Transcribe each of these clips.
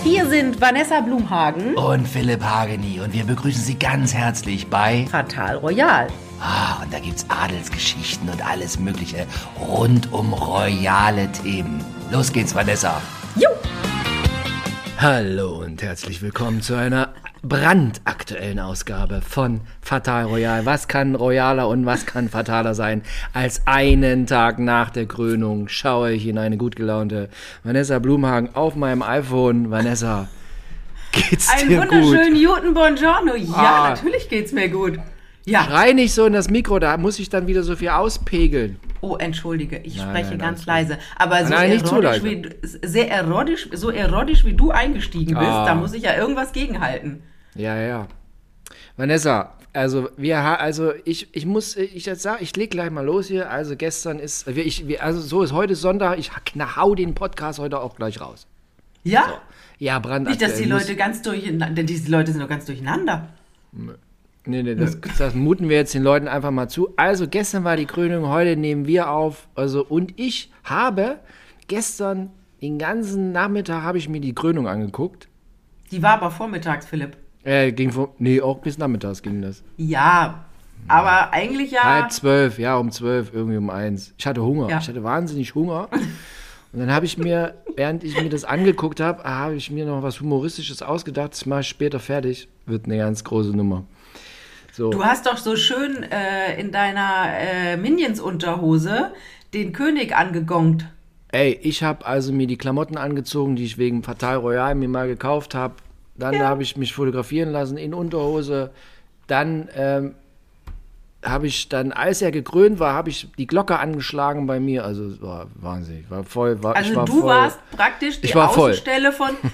Hier sind Vanessa Blumhagen und Philipp Hageni und wir begrüßen Sie ganz herzlich bei Fatal Royal. Und da gibt's Adelsgeschichten und alles Mögliche rund um royale Themen. Los geht's, Vanessa. Jo! Hallo und herzlich willkommen zu einer brandaktuellen Ausgabe von Fatal Royal. Was kann royaler und was kann fataler sein, als einen Tag nach der Krönung schaue ich in eine gut gelaunte Vanessa Blumhagen auf meinem iPhone. Vanessa, geht's dir gut? Einen wunderschönen guten Buongiorno. Ja, natürlich geht's mir gut. Ja. Schrei nicht so in das Mikro, da muss ich dann wieder so viel auspegeln. Oh, entschuldige, ich spreche ganz leise. Aber so erotisch wie du eingestiegen bist, da muss ich ja irgendwas gegenhalten. Ja. Vanessa, also ich leg gleich mal los hier. Also gestern ist, so ist heute Sonntag, ich hau den Podcast heute auch gleich raus. Ja? So. Ja, brandaktuell. Nicht, dass die Leute ganz durcheinander, denn diese Leute sind doch ganz durcheinander. Nee, das muten wir jetzt den Leuten einfach mal zu. Also gestern war die Krönung, heute nehmen wir auf. Und ich habe gestern den ganzen Nachmittag habe ich mir die Krönung angeguckt. Die war aber vormittags, Philipp. Auch bis nachmittags ging das. Ja, aber eigentlich ja... 11:30, um 12, irgendwie um 1. Ich hatte Hunger, Ich hatte wahnsinnig Hunger. Und dann habe ich mir, während ich mir das angeguckt habe, habe ich mir noch was Humoristisches ausgedacht. Das mache ich später fertig. Wird eine ganz große Nummer. So. Du hast doch so schön in deiner Minions-Unterhose den König angegongt. Ey, ich habe also mir die Klamotten angezogen, die ich wegen Fatal Royal mir mal gekauft habe. Dann habe ich mich fotografieren lassen in Unterhose. Dann habe ich als er gekrönt war, habe ich die Glocke angeschlagen bei mir. Also es war wahnsinnig. Warst praktisch die Außenstelle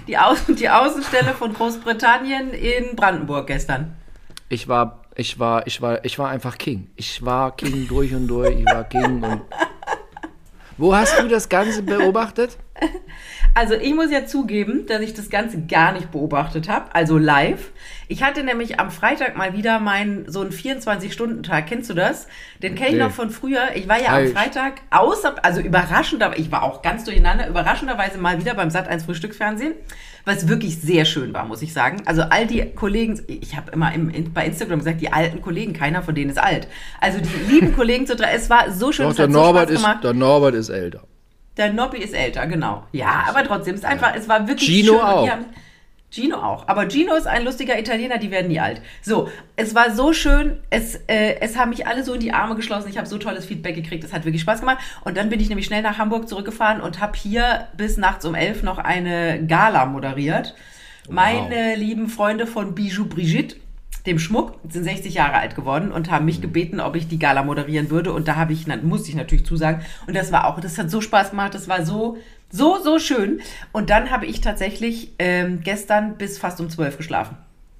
von Großbritannien in Brandenburg gestern. Ich war einfach King. Ich war King durch und durch. Ich war King. Und wo hast du das Ganze beobachtet? Also ich muss ja zugeben, dass ich das Ganze gar nicht beobachtet habe, also live. Ich hatte nämlich am Freitag mal wieder so einen 24-Stunden-Tag. Kennst du das? Den kenne ich noch von früher. Ich war ja am Freitag ich war auch ganz durcheinander, überraschenderweise mal wieder beim Sat.1 Frühstücksfernsehen, was wirklich sehr schön war, muss ich sagen. Also all die Kollegen, ich habe immer bei Instagram gesagt, die alten Kollegen, keiner von denen ist alt. Also die lieben Kollegen es war so schön, es hat so Spaß gemacht. Der Norbert ist älter. Der Nobby ist älter, genau. Ja, aber trotzdem, es war wirklich Gino schön. Auch. Gino auch. Aber Gino ist ein lustiger Italiener, die werden nie alt. So, es war so schön, es haben mich alle so in die Arme geschlossen, ich habe so tolles Feedback gekriegt, es hat wirklich Spaß gemacht. Und dann bin ich nämlich schnell nach Hamburg zurückgefahren und habe hier bis nachts um 11 noch eine Gala moderiert. Wow. Meine lieben Freunde von Bijou Brigitte, dem Schmuck, sind 60 Jahre alt geworden und haben mich gebeten, ob ich die Gala moderieren würde. Und da musste ich natürlich zusagen. Und das hat so Spaß gemacht, das war so schön. Und dann habe ich tatsächlich gestern bis fast um 12 geschlafen.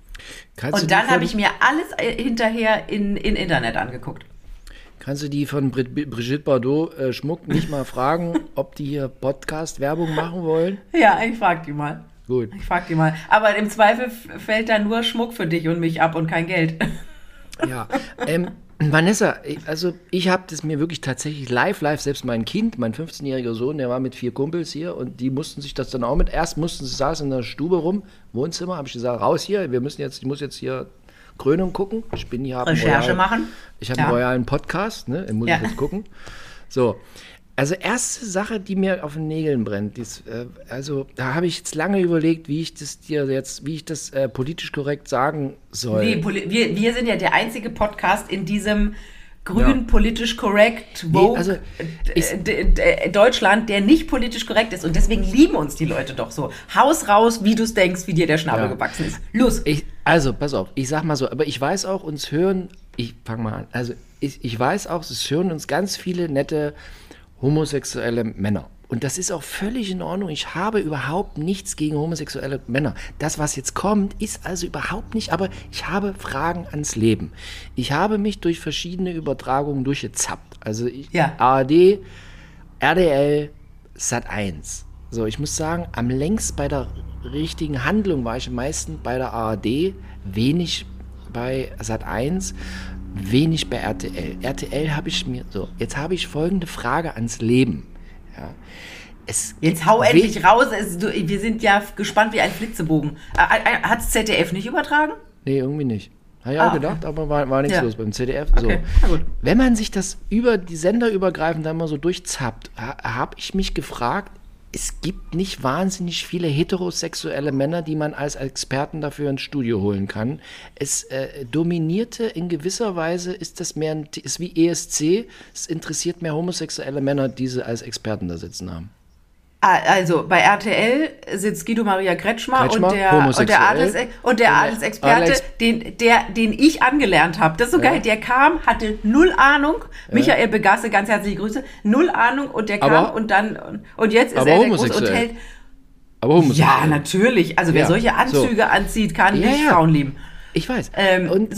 Und dann habe ich mir alles hinterher in Internet angeguckt. Kannst du die von Brigitte Bardot Schmuck nicht mal fragen, ob die hier Podcast-Werbung machen wollen? Ja, ich frage die mal. Gut. Ich frag die mal. Aber im Zweifel fällt da nur Schmuck für dich und mich ab und kein Geld. Ja, Vanessa, also ich habe das mir wirklich tatsächlich live, selbst mein 15-jähriger Sohn, der war mit 4 Kumpels hier und die mussten sich das dann auch saßen in der Stube rum, Wohnzimmer, habe ich gesagt, raus hier, ich muss jetzt hier Krönung gucken. Recherche machen. Ich habe einen royalen Podcast, ne, muss ich jetzt gucken. So. Also erste Sache, die mir auf den Nägeln brennt, da habe ich jetzt lange überlegt, wie ich das politisch korrekt sagen soll. Nee, wir sind ja der einzige Podcast in diesem grün politisch korrekt Vogue Deutschland, der nicht politisch korrekt ist. Und deswegen lieben uns die Leute doch so. Haus raus, wie du es denkst, wie dir der Schnabel gewachsen ist. Los! Pass auf, ich sag mal so, aber ich weiß auch, ich fange mal an, also ich weiß auch, es hören uns ganz viele nette homosexuelle Männer. Und das ist auch völlig in Ordnung. Ich habe überhaupt nichts gegen homosexuelle Männer. Das, was jetzt kommt, ist also überhaupt nicht, aber ich habe Fragen ans Leben. Ich habe mich durch verschiedene Übertragungen durchgezappt. Also ARD, RTL, Sat.1. So, ich muss sagen, am längst bei der richtigen Handlung war ich am meisten bei der ARD, wenig bei Sat.1, wenig bei RTL. RTL habe ich jetzt habe ich folgende Frage ans Leben. Ja. Jetzt hau endlich raus. Wir sind ja gespannt wie ein Flitzebogen. Hat ZDF nicht übertragen? Nee, irgendwie nicht. Habe ich auch gedacht, aber war nichts los beim ZDF. So. Okay, na gut. Wenn man sich das über die Sender übergreifend dann mal so durchzappt, habe ich mich gefragt, es gibt nicht wahnsinnig viele heterosexuelle Männer, die man als Experten dafür ins Studio holen kann. Es dominierte in gewisser Weise, ist wie ESC, es interessiert mehr homosexuelle Männer, die sie als Experten da sitzen haben. Also bei RTL sitzt Guido Maria Kretschmer und der Adelsexperte, den ich angelernt habe. Das ist so geil. Der kam, hatte null Ahnung. Michael Begasse, ganz herzliche Grüße. Null Ahnung und der kam und jetzt ist er der große und hält. Aber homosexuell. Ja, natürlich. Also wer solche Anzüge anzieht, kann nicht Frauen lieben. Ich weiß. Und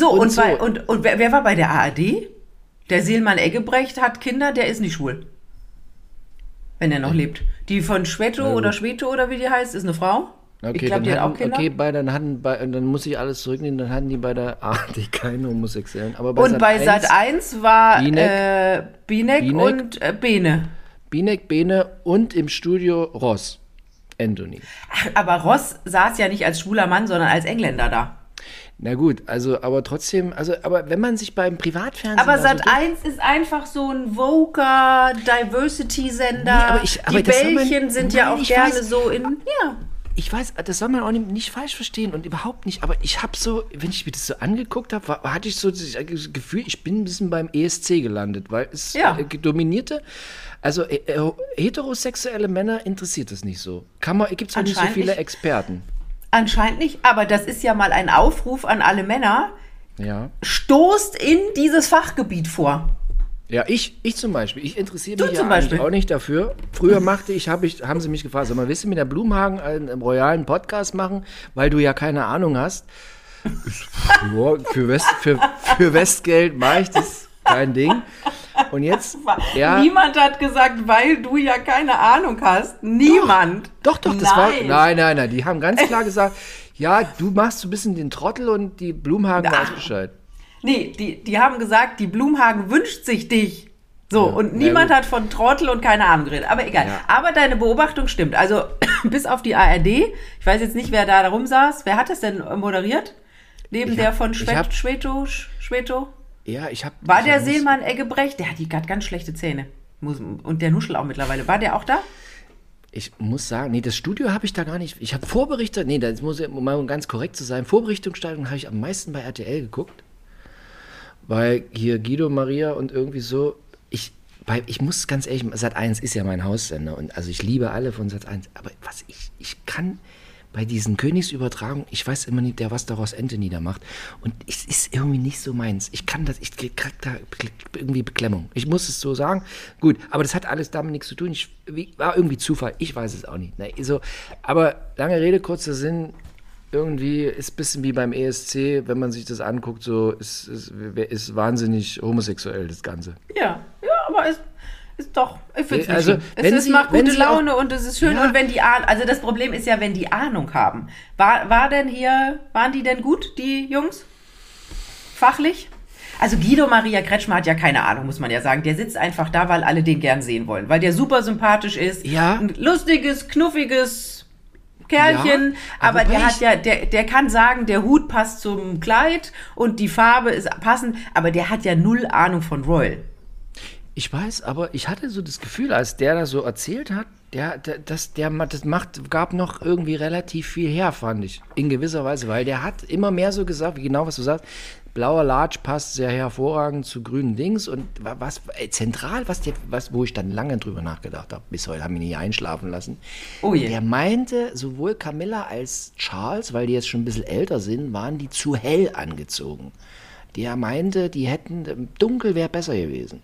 wer war bei der ARD? Der Seelmann Eggebrecht hat Kinder, der ist nicht schwul. Wenn er noch lebt. Die von Schwetto oder wie die heißt, ist eine Frau. Okay, ich glaube, die hat auch Kinder. Okay, dann muss ich alles zurücknehmen, dann hatten die bei der ARD keine Homosexuellen. Aber bei Sat.1 war Binek und Bene. Binek, Bene und im Studio Ross, Anthony. Ach, aber Ross saß ja nicht als schwuler Mann, sondern als Engländer da. Na gut, aber trotzdem, aber wenn man sich beim Privatfernsehen... Aber Sat.1 ist einfach so ein woker Diversity-Sender. Die Bällchen sind ja auch gerne so in... Ja. Ich weiß, das soll man auch nicht falsch verstehen und überhaupt nicht, aber ich habe so, wenn ich mir das so angeguckt habe, hatte ich so das Gefühl, ich bin ein bisschen beim ESC gelandet, weil es dominierte... Also heterosexuelle Männer interessiert es nicht so. Gibt es auch nicht so viele Experten. Anscheinend nicht, aber das ist ja mal ein Aufruf an alle Männer. Ja. Stoßt in dieses Fachgebiet vor. Ja, ich zum Beispiel. Ich interessiere mich eigentlich auch nicht dafür. Früher haben sie mich gefragt, sag mal, willst du mit der Blumhagen einen royalen Podcast machen, weil du ja keine Ahnung hast? Für Westgeld mache ich das, kein Ding. Und jetzt, Niemand hat gesagt, weil du ja keine Ahnung hast. Niemand. Doch, das war... Nein. Die haben ganz klar gesagt, ja, du machst so ein bisschen den Trottel und die Blumhagen weiß Bescheid. Nee, die haben gesagt, die Blumhagen wünscht sich dich. So, und niemand hat von Trottel und keine Ahnung geredet. Aber egal. Ja. Aber deine Beobachtung stimmt. Also, bis auf die ARD, ich weiß jetzt nicht, wer da rumsaß. Wer hat das denn moderiert? Neben der von Schwetto? Ja, War der Seelmann Eggebrecht? Der hat ganz schlechte Zähne. Und der Nuschel auch mittlerweile. War der auch da? Ich muss sagen, nee, das Studio habe ich da gar nicht. Ich habe Vorberichte, das muss ja mal ganz korrekt zu sein. Vorberichterstattung habe ich am meisten bei RTL geguckt. Weil hier Guido Maria und irgendwie so. Ich muss ganz ehrlich, Sat.1 ist ja mein Haussender. Und also ich liebe alle von Sat.1. Aber ich kann bei diesen Königsübertragungen, ich weiß immer nicht, was daraus Anthony da macht. Und es ist irgendwie nicht so meins. Ich krieg da irgendwie Beklemmung. Ich muss es so sagen. Gut, aber das hat alles damit nichts zu tun. War irgendwie Zufall. Ich weiß es auch nicht. Aber lange Rede, kurzer Sinn. Irgendwie ist ein bisschen wie beim ESC, wenn man sich das anguckt, so ist wahnsinnig homosexuell, das Ganze. Ja, aber ist doch, ich finde es nicht schön. Es macht gute Laune und es ist schön. Ja. Und wenn also das Problem ist ja, wenn die Ahnung haben. Waren die denn gut, die Jungs? Fachlich? Also Guido Maria Kretschmer hat ja keine Ahnung, muss man ja sagen. Der sitzt einfach da, weil alle den gern sehen wollen. Weil der super sympathisch ist. Ja. Ein lustiges, knuffiges Kerlchen. Ja, aber der kann sagen, der Hut passt zum Kleid und die Farbe ist passend. Aber der hat ja null Ahnung von Royal. Ich weiß, aber ich hatte so das Gefühl, als der das so erzählt hat, gab noch irgendwie relativ viel her, fand ich. In gewisser Weise, weil der hat immer mehr so gesagt, wie genau was du sagst, blauer Latsch passt sehr hervorragend zu grünen Dings und was zentral, wo ich dann lange drüber nachgedacht habe, bis heute haben wir nicht einschlafen lassen. Oh je. Der meinte, sowohl Camilla als Charles, weil die jetzt schon ein bisschen älter sind, waren die zu hell angezogen. Der meinte, die hätten, dunkel wäre besser gewesen.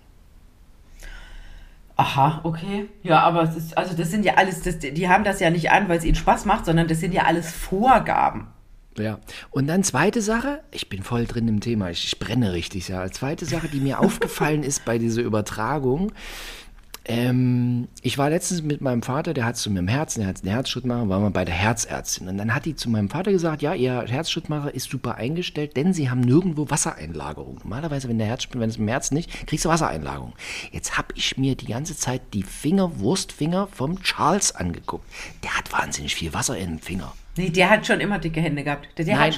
Aha, okay. Ja, aber das sind ja alles, die haben das ja nicht an, weil es ihnen Spaß macht, sondern das sind ja alles Vorgaben. Ja, und dann zweite Sache, ich bin voll drin im Thema, ich brenne richtig, ja. Zweite Sache, die mir aufgefallen ist bei dieser Übertragung, Ich war letztens mit meinem Vater, der hat zu mir im Herzen, der hat einen Herzschrittmacher, waren wir bei der Herzärztin. Und dann hat die zu meinem Vater gesagt, ja, ihr Herzschrittmacher ist super eingestellt, denn sie haben nirgendwo Wassereinlagerung. Normalerweise, wenn es im Herz nicht, kriegst du Wassereinlagerung. Jetzt habe ich mir die ganze Zeit die Wurstfinger vom Charles angeguckt. Der hat wahnsinnig viel Wasser in den Finger. Nee, der hat schon immer dicke Hände gehabt. Der hat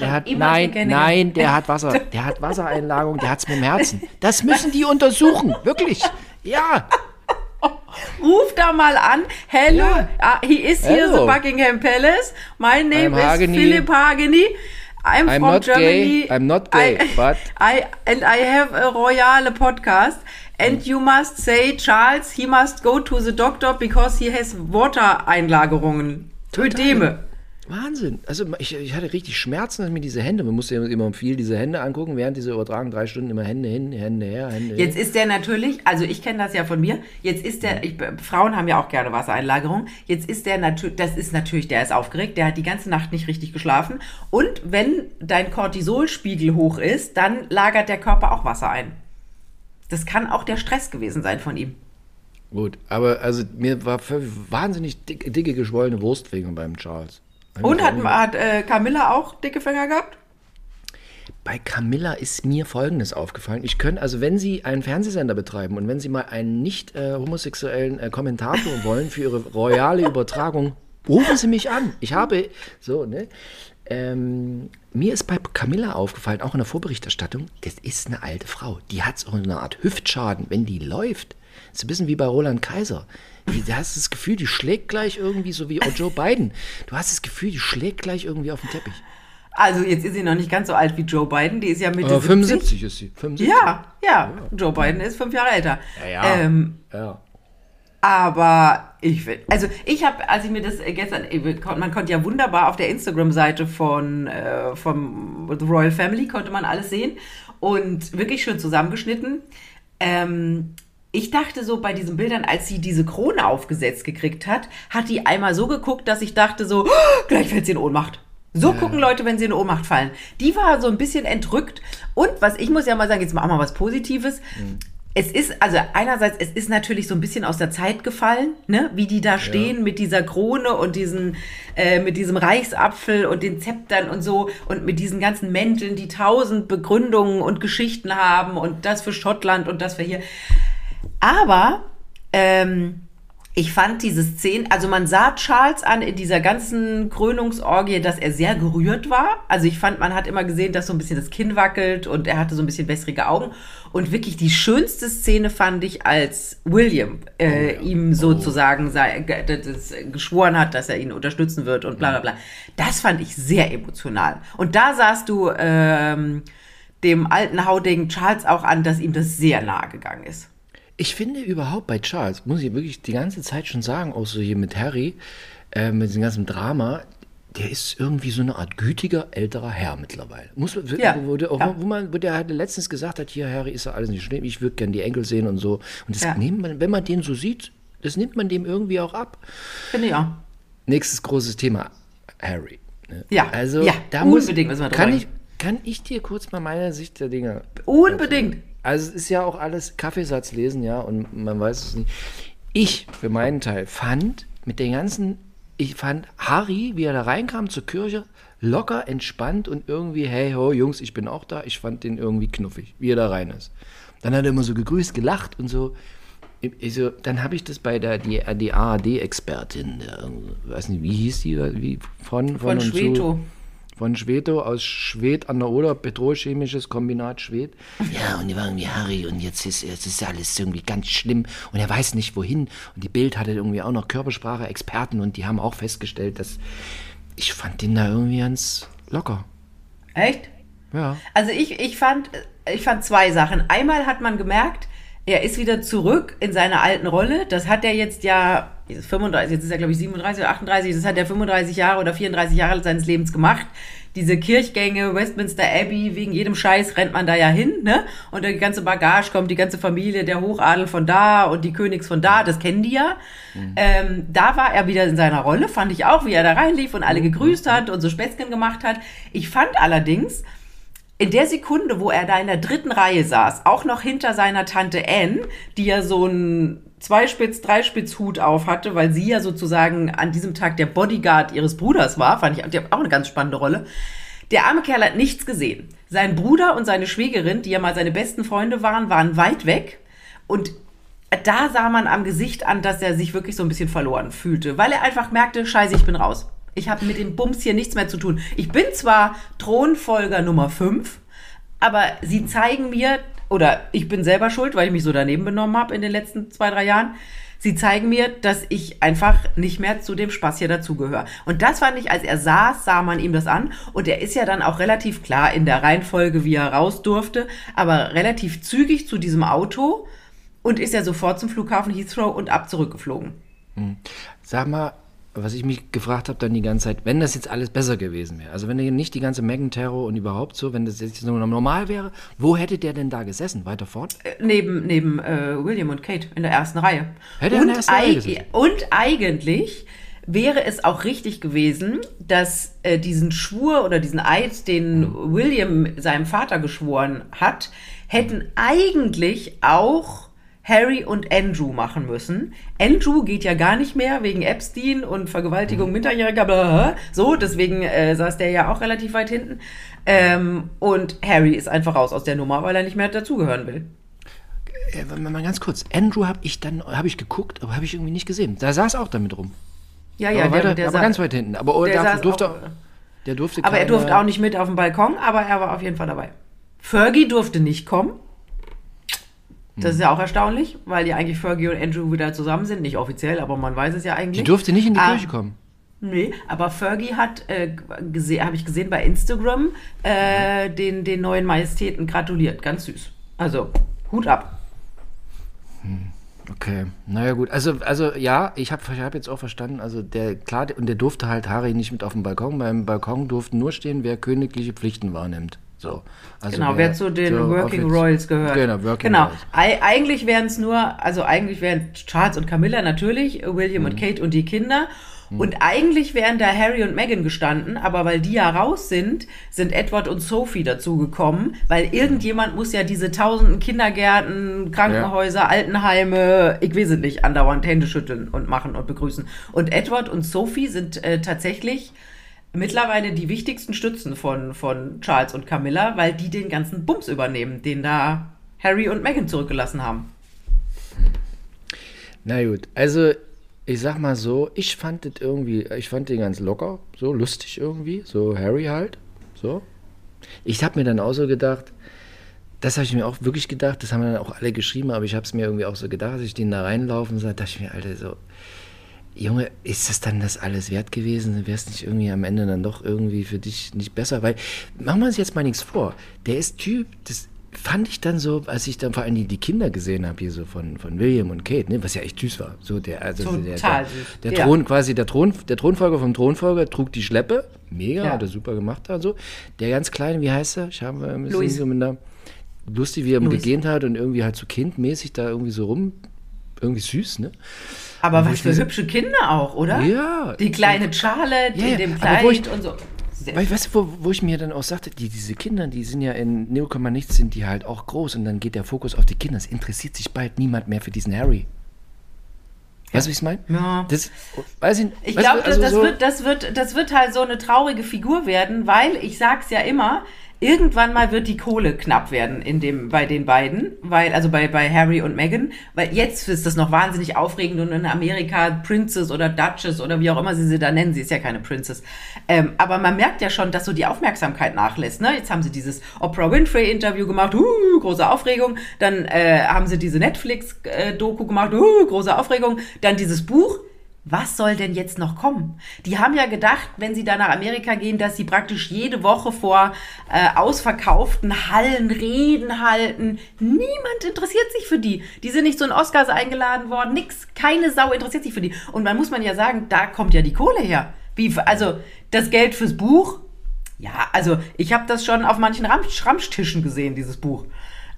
Wassereinlagerung, der hat es mit dem Herzen. Das müssen die untersuchen, wirklich. Ja. Ruf da mal an. Hello, he is here, Hello. the Buckingham Palace. My name is Hageni. Philip Hageni. I'm from not Germany. gay. I'm not gay, but I have a royale podcast. And you must say, Charles, he must go to the doctor because he has Water-Einlagerungen. Ödeme. Wahnsinn. Also ich hatte richtig Schmerzen mit diese Hände. Man musste ja immer viel diese Hände angucken, während diese Übertragung 3 Stunden immer Hände hin, Hände her, Hände Jetzt ist der natürlich, also ich kenne das ja von mir, jetzt ist der, Frauen haben ja auch gerne Wassereinlagerung, jetzt ist der natürlich, der ist aufgeregt, der hat die ganze Nacht nicht richtig geschlafen und wenn dein Cortisolspiegel hoch ist, dann lagert der Körper auch Wasser ein. Das kann auch der Stress gewesen sein von ihm. Gut, aber also mir war wahnsinnig dicke geschwollene Wurstfinger beim Charles. Und hat Camilla auch dicke Finger gehabt? Bei Camilla ist mir Folgendes aufgefallen. Also wenn Sie einen Fernsehsender betreiben und wenn Sie mal einen nicht homosexuellen Kommentator wollen für Ihre royale Übertragung, rufen Sie mich an. Mir ist bei Camilla aufgefallen, auch in der Vorberichterstattung, das ist eine alte Frau. Die hat so eine Art Hüftschaden, wenn die läuft. Das ist ein bisschen wie bei Roland Kaiser. Du hast das Gefühl, die schlägt gleich irgendwie, so wie Joe Biden. Du hast das Gefühl, die schlägt gleich irgendwie auf den Teppich. Also jetzt ist sie noch nicht ganz so alt wie Joe Biden, die ist ja Mitte 75 ist sie. 75. Ja. Joe Biden ist 5 Jahre älter. Ja. Aber als ich mir das gestern, man konnte ja wunderbar auf der Instagram-Seite vom The Royal Family, konnte man alles sehen und wirklich schön zusammengeschnitten. Ich dachte so bei diesen Bildern, als sie diese Krone aufgesetzt gekriegt hat die einmal so geguckt, dass ich dachte so, gleich fällt sie in Ohnmacht. So gucken Leute, wenn sie in Ohnmacht fallen. Die war so ein bisschen entrückt. Und ich muss ja mal sagen, jetzt mal auch mal was Positives. Es ist natürlich so ein bisschen aus der Zeit gefallen, ne? Wie die da stehen mit dieser Krone und mit diesem Reichsapfel und den Zeptern und so und mit diesen ganzen Mänteln, die 1000 Begründungen und Geschichten haben und das für Schottland und das für hier. Aber ich fand diese Szene, also man sah Charles an in dieser ganzen Krönungsorgie, dass er sehr gerührt war. Also ich fand, man hat immer gesehen, dass so ein bisschen das Kinn wackelt und er hatte so ein bisschen wässrige Augen. Und wirklich die schönste Szene fand ich, als William ihm sozusagen geschworen hat, dass er ihn unterstützen wird und bla bla bla. Das fand ich sehr emotional. Und da sahst du dem alten hautigen Charles auch an, dass ihm das sehr nahe gegangen ist. Ich finde überhaupt bei Charles, muss ich wirklich die ganze Zeit schon sagen, auch so hier mit Harry, mit diesem ganzen Drama, der ist irgendwie so eine Art gütiger, älterer Herr mittlerweile. Wo der halt letztens gesagt hat, hier Harry, ist ja alles nicht schlimm, ich würde gerne die Enkel sehen und so. Und das wenn man den so sieht, das nimmt man dem irgendwie auch ab. Finde ich auch. Nächstes großes Thema, Harry. Ne? Ja, also, da unbedingt müssen wir drüber reden. Kann ich dir kurz mal meine Sicht der Dinge... Unbedingt. Also es ist ja auch alles Kaffeesatz lesen, ja, und man weiß es nicht. Ich, für meinen Teil, fand Harry, wie er da reinkam zur Kirche, locker, entspannt und irgendwie, hey, ho, Jungs, ich bin auch da. Ich fand den irgendwie knuffig, wie er da rein ist. Dann hat er immer so gegrüßt, gelacht und so. Dann habe ich das bei die ARD-Expertin, weiß nicht, wie hieß die, von Schweto. Von Schweto aus Schwedt an der Oder, Petrochemisches Kombinat Schwedt. Ja, und die waren irgendwie Harry und jetzt ist alles irgendwie ganz schlimm und er weiß nicht wohin. Und die Bild hatte irgendwie auch noch Körpersprache-Experten und die haben auch festgestellt, dass ich fand den da irgendwie ganz locker. Echt? Ja. Also ich fand 2 Sachen. Einmal hat man gemerkt, er ist wieder zurück in seiner alten Rolle. Das hat er jetzt 35, jetzt ist er glaube ich 37 oder 38, das hat er 35 Jahre oder 34 Jahre seines Lebens gemacht. Diese Kirchgänge, Westminster Abbey, wegen jedem Scheiß rennt man da ja hin, ne? Und die ganze Bagage kommt, die ganze Familie, der Hochadel von da und die Königs von da, das kennen die ja. Da war er wieder in seiner Rolle, fand ich auch, wie er da reinlief und alle gegrüßt hat und so Späßchen gemacht hat. Ich fand allerdings, in der Sekunde, wo er da in der 3. Reihe saß, auch noch hinter seiner Tante Anne, die ja so ein Zweispitz-, Dreispitz-Hut auf hatte, weil sie ja sozusagen an diesem Tag der Bodyguard ihres Bruders war, fand ich auch eine ganz spannende Rolle. Der arme Kerl hat nichts gesehen. Sein Bruder und seine Schwägerin, die ja mal seine besten Freunde waren weit weg. Und da sah man am Gesicht an, dass er sich wirklich so ein bisschen verloren fühlte, weil er einfach merkte, scheiße, ich bin raus. Ich habe mit dem Bums hier nichts mehr zu tun. Ich bin zwar Thronfolger Nummer 5, aber sie zeigen mir, oder ich bin selber schuld, weil ich mich so daneben benommen habe in den letzten 2-3 Jahren, sie zeigen mir, dass ich einfach nicht mehr zu dem Spaß hier dazugehöre. Und das fand ich, als er saß, sah man ihm das an. Und er ist ja dann auch relativ klar in der Reihenfolge, wie er raus durfte, aber relativ zügig zu diesem Auto und ist ja sofort zum Flughafen Heathrow und zurückgeflogen. Sag mal, was ich mich gefragt habe dann die ganze Zeit, wenn das jetzt alles besser gewesen wäre, also wenn er nicht die ganze Meghan-Terror und überhaupt so, wenn das jetzt nur normal wäre, wo hätte der denn da gesessen? Weiter vorn? Neben William und Kate in der ersten Reihe. Hätte er in der ersten Reihe gesessen? Und eigentlich wäre es auch richtig gewesen, dass diesen Schwur oder diesen Eid, den William seinem Vater geschworen hat, hätten eigentlich auch Harry und Andrew machen müssen. Andrew geht ja gar nicht mehr wegen Epstein und Vergewaltigung Minderjähriger, bla, so, deswegen saß der ja auch relativ weit hinten. Und Harry ist einfach raus aus der Nummer, weil er nicht mehr dazugehören will. Mal ganz kurz, Andrew habe ich geguckt, aber habe ich irgendwie nicht gesehen. Da saß auch damit rum. Ja, aber ganz weit hinten. Aber der durfte aber er durfte auch nicht mit auf den Balkon, aber er war auf jeden Fall dabei. Fergie durfte nicht kommen. Das ist ja auch erstaunlich, weil ja eigentlich Fergie und Andrew wieder zusammen sind. Nicht offiziell, aber man weiß es ja eigentlich. Die durfte nicht in die Kirche kommen. Nee, aber Fergie hat, habe ich gesehen bei Instagram, den neuen Majestäten gratuliert. Ganz süß. Also, Hut ab. Okay, naja gut. Also ja, ich hab jetzt auch verstanden, also der durfte halt Harry nicht mit auf den Balkon. Beim Balkon durften nur stehen, wer königliche Pflichten wahrnimmt. So. Also genau, wer zu den Working Royals gehört. Genau. Royals. Eigentlich wären es eigentlich wären Charles und Camilla natürlich, William und Kate und die Kinder. Und eigentlich wären da Harry und Meghan gestanden, aber weil die ja raus sind Edward und Sophie dazugekommen, weil irgendjemand muss ja diese tausenden Kindergärten, Krankenhäuser, Altenheime, ich weiß es nicht, andauernd Hände schütteln und machen und begrüßen. Und Edward und Sophie sind tatsächlich mittlerweile die wichtigsten Stützen von Charles und Camilla, weil die den ganzen Bums übernehmen, den da Harry und Meghan zurückgelassen haben. Na gut, also ich sag mal so, ich fand den ganz locker, so lustig irgendwie, so Harry halt, so. Ich habe mir dann auch so gedacht, das habe ich mir auch wirklich gedacht, das haben dann auch alle geschrieben, aber ich habe es mir irgendwie auch so gedacht, als ich den da reinlaufen sah, dachte ich mir, Alter, so, Junge, ist das dann das alles wert gewesen? Wäre es nicht irgendwie am Ende dann doch irgendwie für dich nicht besser? Weil, machen wir uns jetzt mal nichts vor, der ist Typ, das fand ich dann so, als ich dann vor allem die Kinder gesehen habe, hier so von William und Kate, ne, was ja echt süß war. So der Thronfolger vom Thronfolger trug die Schleppe, mega, hat er super gemacht da so. Der ganz Kleine, wie heißt er? Ich habe ein bisschen so mit einer, lustig, wie er gegähnt hat und irgendwie halt so kindmäßig da irgendwie so rum, irgendwie süß, ne? Aber was für hübsche Kinder auch, oder? Ja. Die kleine Charlotte in dem Kleid und so. Weißt du, wo ich mir dann auch sagte, diese Kinder, die sind ja in 0, nichts, sind die halt auch groß und dann geht der Fokus auf die Kinder. Es interessiert sich bald niemand mehr für diesen Harry. Weißt du, wie ich es meine? Ja. Ich glaube, das wird halt so eine traurige Figur werden, weil, ich sag's ja immer, irgendwann mal wird die Kohle knapp werden bei den beiden, also bei Harry und Meghan, weil jetzt ist das noch wahnsinnig aufregend und in Amerika Princess oder Duchess oder wie auch immer sie da nennen, sie ist ja keine Princess. Aber man merkt ja schon, dass so die Aufmerksamkeit nachlässt. Ne? Jetzt haben sie dieses Oprah Winfrey-Interview gemacht, große Aufregung. Dann haben sie diese Netflix-Doku gemacht, große Aufregung. Dann dieses Buch. Was soll denn jetzt noch kommen? Die haben ja gedacht, wenn sie da nach Amerika gehen, dass sie praktisch jede Woche vor ausverkauften Hallen Reden halten. Niemand interessiert sich für die. Die sind nicht zu den Oscars eingeladen worden. Nix. Keine Sau interessiert sich für die. Und dann muss man ja sagen, da kommt ja die Kohle her. Also das Geld fürs Buch, ja, also ich habe das schon auf manchen Ramschtischen gesehen, dieses Buch.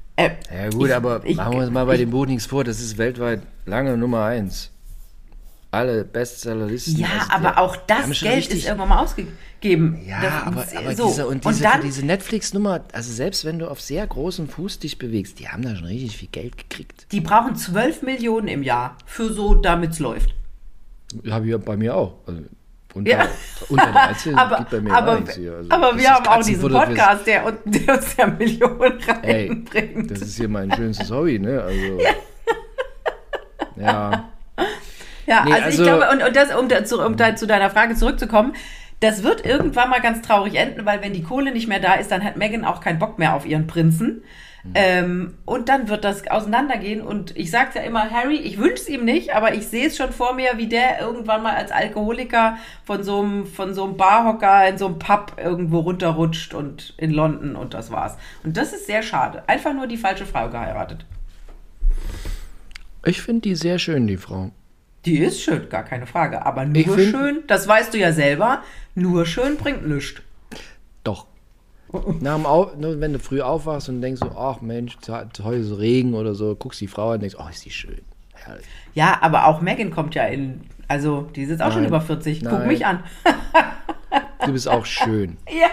Ja gut, aber machen wir uns mal bei dem Buch nichts vor. Das ist weltweit lange Nummer 1. alle Bestsellerlisten. Ja, also aber auch die haben das schon Geld richtig- ist irgendwann mal ausgegeben. Ja, aber so. Dann, diese Netflix-Nummer, also selbst wenn du auf sehr großem Fuß dich bewegst, die haben da schon richtig viel Geld gekriegt. die brauchen 12 Millionen im Jahr für so, damit es läuft. Habe ich ja bei mir auch. Also Ja. unter 13 aber, geht bei mir aber, gar nichts hier. Also, aber das wir ist haben auch diesen Katzenfutter fürs- Podcast, der uns ja Millionen Ey, reinbringt. das ist hier mein schönstes Hobby, ne? Also, ja. Ja, Nee, also also- ich glaube, und das, um da zu deiner Frage zurückzukommen, das wird irgendwann mal ganz traurig enden, weil wenn die Kohle nicht mehr da ist, dann hat Meghan auch keinen Bock mehr auf ihren Prinzen. Und dann wird das auseinandergehen. Und ich sag's ja immer, Harry, ich wünsche es ihm nicht, aber ich sehe es schon vor mir, wie der irgendwann mal als Alkoholiker von so einem Barhocker in so einem Pub irgendwo runterrutscht und in London und das war's. Und das ist sehr schade. Einfach nur die falsche Frau geheiratet. Ich finde die sehr schön, die Frau. Die ist schön, gar keine Frage. Aber Ich nur find- schön, das weißt du ja selber, nur schön bringt nichts. Doch. Nur wenn du früh aufwachst und denkst so, ach Mensch, heute ist Regen oder so, guckst die Frau an und denkst, oh, ist die schön. Herrlich. Ja, aber auch Meghan kommt ja also die ist jetzt auch schon Nein. über 40. Guck Nein. mich an. Du bist auch schön. Ja.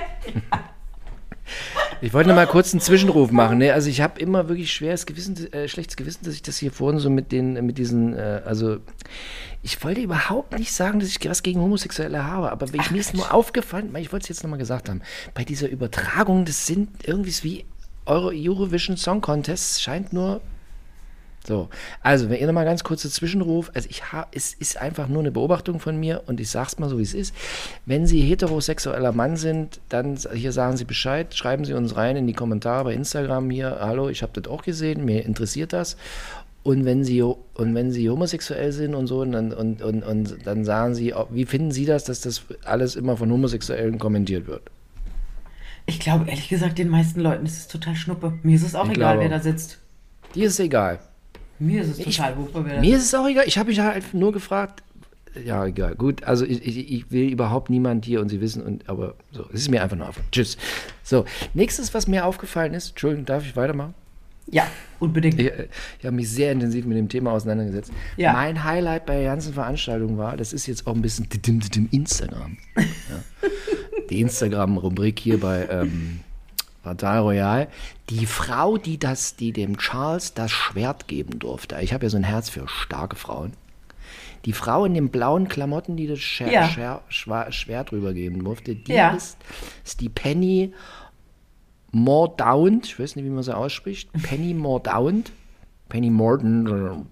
Ich wollte noch mal kurz einen Zwischenruf machen. Ne? Also ich habe immer wirklich schlechtes Gewissen, dass ich das hier vorhin so mit diesen, also ich wollte überhaupt nicht sagen, dass ich was gegen Homosexuelle habe, aber mir ist nur aufgefallen, ich wollte es jetzt noch mal gesagt haben, bei dieser Übertragung, das sind irgendwie wie eure Eurovision Song Contest, scheint nur so. Also, wenn ihr noch mal ganz kurz Zwischenruf, also es ist einfach nur eine Beobachtung von mir und ich sag's mal so, wie es ist. Wenn Sie heterosexueller Mann sind, dann hier sagen Sie Bescheid, schreiben Sie uns rein in die Kommentare bei Instagram hier, hallo, ich habe das auch gesehen, mir interessiert das. Und wenn Sie homosexuell sind und so, und dann sagen Sie, wie finden Sie das, dass das alles immer von Homosexuellen kommentiert wird? Ich glaube, ehrlich gesagt, den meisten Leuten ist es total Schnuppe. Mir ist es auch Ich egal, glaube wer da sitzt. Dir ist es egal. Mir ist es total wuppe, wer da Mir ist es auch egal. Ich habe mich halt nur gefragt. Ja, egal. Gut, also ich will überhaupt niemand hier und Sie wissen, aber so, es ist mir einfach nur auf. Tschüss. So, nächstes, was mir aufgefallen ist, Entschuldigung, darf ich weitermachen? Ja, unbedingt. Ich habe mich sehr intensiv mit dem Thema auseinandergesetzt. Ja. Mein Highlight bei der ganzen Veranstaltung war, das ist jetzt auch ein bisschen Instagram. Ja. Die Instagram-Rubrik hier bei Fatal Royal. Die Frau, die dem Charles das Schwert geben durfte. Ich habe ja so ein Herz für starke Frauen. Die Frau in den blauen Klamotten, die das Schwert rübergeben durfte, die ist die Penny Mordaunt. Ich weiß nicht, wie man sie ausspricht. Penny Mordaunt. Penny Morden.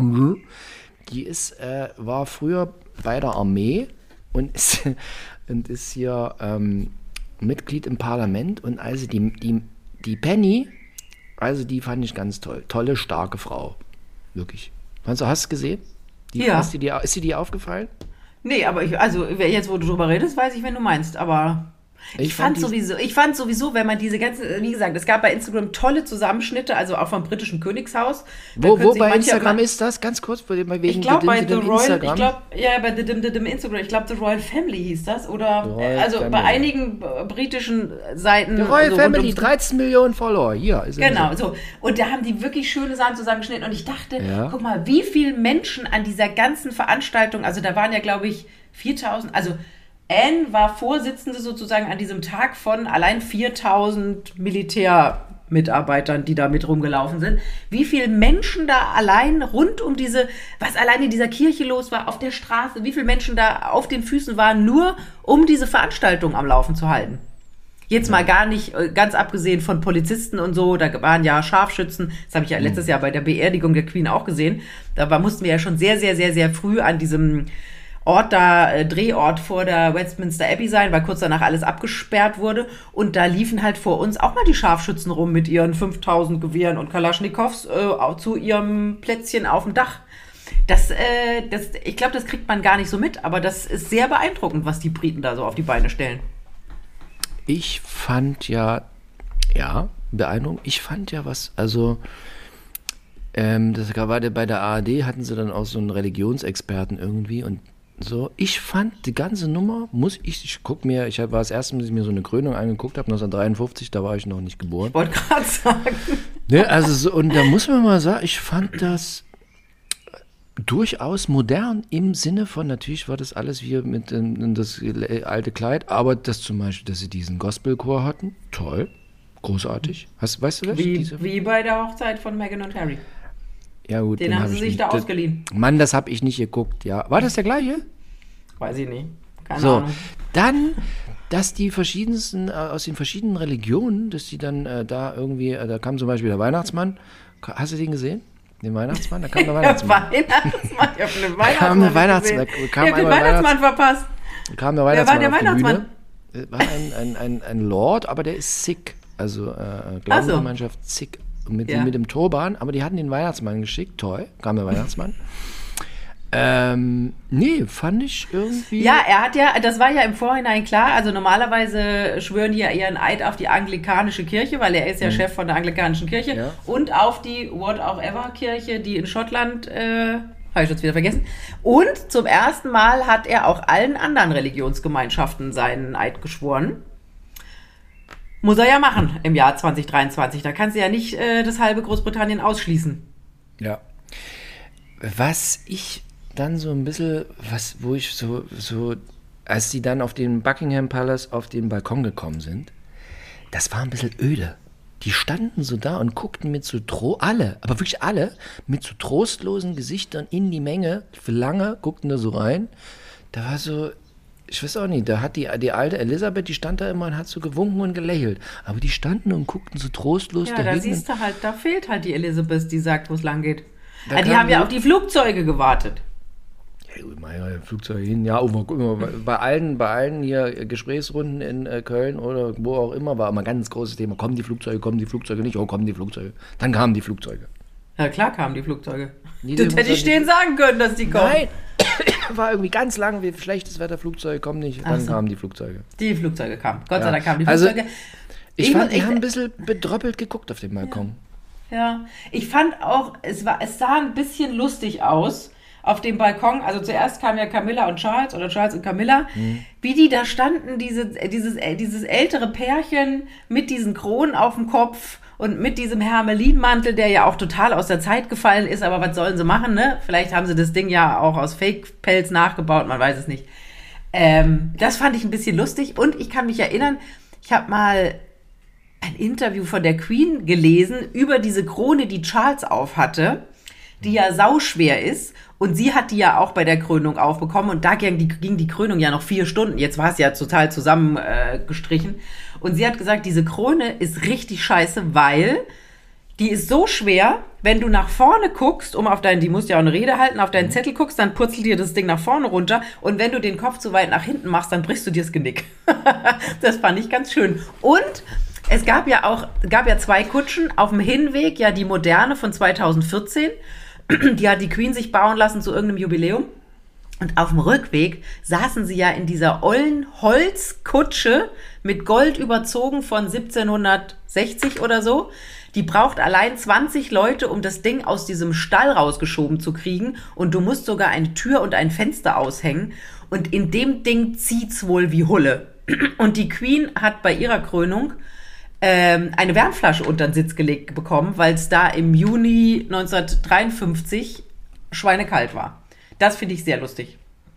Die war früher bei der Armee und ist hier Mitglied im Parlament. Und also die Penny, also die fand ich ganz toll. Tolle, starke Frau. Wirklich. Hast du es gesehen? Ja. Ist dir die aufgefallen? Nee, aber jetzt, wo du drüber redest, weiß ich, wen du meinst. Aber ich fand sowieso, wenn man diese ganzen, wie gesagt, es gab bei Instagram tolle Zusammenschnitte, also auch vom britischen Königshaus. Wo bei Instagram ist das? Ganz kurz, wegen ich glaube bei The Royal, Instagram. bei The Instagram, ich glaube The Royal Family hieß das, oder Family. bei einigen britischen Seiten. The Royal so Family, rund 13 Millionen Follower, hier. Ist Genau, so. Und da haben die wirklich schöne Sachen zusammengeschnitten und ich dachte, Ja. guck mal, wie viele Menschen an dieser ganzen Veranstaltung, also da waren ja, glaube ich, 4000, also Anne war Vorsitzende sozusagen an diesem Tag von allein 4000 Militärmitarbeitern, die da mit rumgelaufen sind. Wie viele Menschen da allein rund um was allein in dieser Kirche los war, auf der Straße, wie viele Menschen da auf den Füßen waren, nur um diese Veranstaltung am Laufen zu halten. Jetzt mal gar nicht, ganz abgesehen von Polizisten und so, da waren ja Scharfschützen, das habe ich ja letztes Jahr bei der Beerdigung der Queen auch gesehen, mussten wir ja schon sehr, sehr, sehr, sehr früh an diesem Drehort vor der Westminster Abbey sein, weil kurz danach alles abgesperrt wurde. Und da liefen halt vor uns auch mal die Scharfschützen rum mit ihren 5000 Gewehren und Kalaschnikows zu ihrem Plätzchen auf dem Dach. Ich glaube, das kriegt man gar nicht so mit, aber das ist sehr beeindruckend, was die Briten da so auf die Beine stellen. Ich fand beeindruckend. Ich fand ja was, also das gerade bei der ARD hatten sie dann auch so einen Religionsexperten irgendwie und so. Ich fand die ganze Nummer, ich war das erste Mal, dass ich mir so eine Krönung angeguckt habe, 1953, da war ich noch nicht geboren. Ich wollte gerade sagen. Ne, also so, und da muss man mal sagen, ich fand das durchaus modern im Sinne von, natürlich war das alles wie mit das alte Kleid, aber das zum Beispiel, dass sie diesen Gospelchor hatten, toll, großartig. Weißt du das? Wie bei der Hochzeit von Meghan und Harry. Ja gut, Den haben sie sich da ausgeliehen. Mann, das habe ich nicht geguckt, ja. War das der gleiche? Weiß ich nicht. Keine Ahnung. Dann, dass die verschiedensten, aus den verschiedenen Religionen, dass die dann da irgendwie, da kam zum Beispiel der Weihnachtsmann. Hast du den gesehen? Den Weihnachtsmann? Da kam der Weihnachtsmann. Ich habe den Weihnachtsmann verpasst. Kam der Weihnachtsmann. Wer war der Weihnachtsmann? War ein Lord, aber der ist Sikh. Also Glaubensgemeinschaft Sikh. Mit dem Turban. Aber die hatten den Weihnachtsmann geschickt. Toll. Kam der Weihnachtsmann. Nee, fand ich irgendwie... Ja, das war ja im Vorhinein klar, also normalerweise schwören die ja ihren Eid auf die anglikanische Kirche, weil er ist ja Chef von der anglikanischen Kirche und auf die What-Auch-Ever-Kirche, die in Schottland, habe ich jetzt wieder vergessen. Und zum ersten Mal hat er auch allen anderen Religionsgemeinschaften seinen Eid geschworen. Muss er ja machen im Jahr 2023, da kannst du ja nicht das halbe Großbritannien ausschließen. Ja. Was ich dann so ein bisschen, wo ich so, als die dann auf den Buckingham Palace auf den Balkon gekommen sind, das war ein bisschen öde. Die standen so da und guckten mit so aber wirklich alle, mit so trostlosen Gesichtern in die Menge, für lange, guckten da so rein. Da war so, ich weiß auch nicht, da hat die alte Elisabeth, die stand da immer und hat so gewunken und gelächelt. Aber die standen und guckten so trostlos dahin. Ja, da siehst du halt, da fehlt halt die Elisabeth, die sagt, wo es lang geht. Die haben ja auf die Flugzeuge gewartet. Ja, gut, mal Flugzeuge hin. Ja, bei allen hier Gesprächsrunden in Köln oder wo auch immer war immer ein ganz großes Thema. Kommen die Flugzeuge nicht? Oh, kommen die Flugzeuge. Dann kamen die Flugzeuge. Ja, klar kamen die Flugzeuge. Das hätte ich stehen sagen können, dass die kommen. Nein, war irgendwie ganz lang, wie schlechtes Wetter, Flugzeuge kommen nicht. Dann kamen die Flugzeuge. Die Flugzeuge kamen. Gott sei Dank kamen die Flugzeuge. Also, ich fand, die haben ein bisschen bedröppelt geguckt auf dem Balkon. Ja, ich fand auch, es sah ein bisschen lustig aus auf dem Balkon. Also zuerst kamen ja Camilla und Charles oder Charles und Camilla, wie die da standen, dieses ältere Pärchen mit diesen Kronen auf dem Kopf und mit diesem Hermelinmantel, der ja auch total aus der Zeit gefallen ist, aber was sollen sie machen, ne? Vielleicht haben sie das Ding ja auch aus Fake-Pelz nachgebaut, man weiß es nicht. Das fand ich ein bisschen lustig und ich kann mich erinnern, ich habe mal ein Interview von der Queen gelesen über diese Krone, die Charles aufhatte, die ja sauschwer ist. Und sie hat die ja auch bei der Krönung aufbekommen. Und da ging die Krönung ja noch 4 Stunden. Jetzt war es ja total zusammengestrichen. Und sie hat gesagt, diese Krone ist richtig scheiße, weil die ist so schwer, wenn du nach vorne guckst, die musst ja auch eine Rede halten, auf deinen Zettel guckst, dann purzelt dir das Ding nach vorne runter. Und wenn du den Kopf zu weit nach hinten machst, dann brichst du dir das Genick. Das fand ich ganz schön. Und es gab ja 2 Kutschen. Auf dem Hinweg ja die moderne von 2014. Die hat die Queen sich bauen lassen zu irgendeinem Jubiläum. Und auf dem Rückweg saßen sie ja in dieser ollen Holzkutsche mit Gold überzogen von 1760 oder so. Die braucht allein 20 Leute, um das Ding aus diesem Stall rausgeschoben zu kriegen. Und du musst sogar eine Tür und ein Fenster aushängen. Und in dem Ding zieht's wohl wie Hulle. Und die Queen hat bei ihrer Krönung eine Wärmflasche unter den Sitz gelegt bekommen, weil es da im Juni 1953 schweinekalt war. Das finde ich sehr lustig.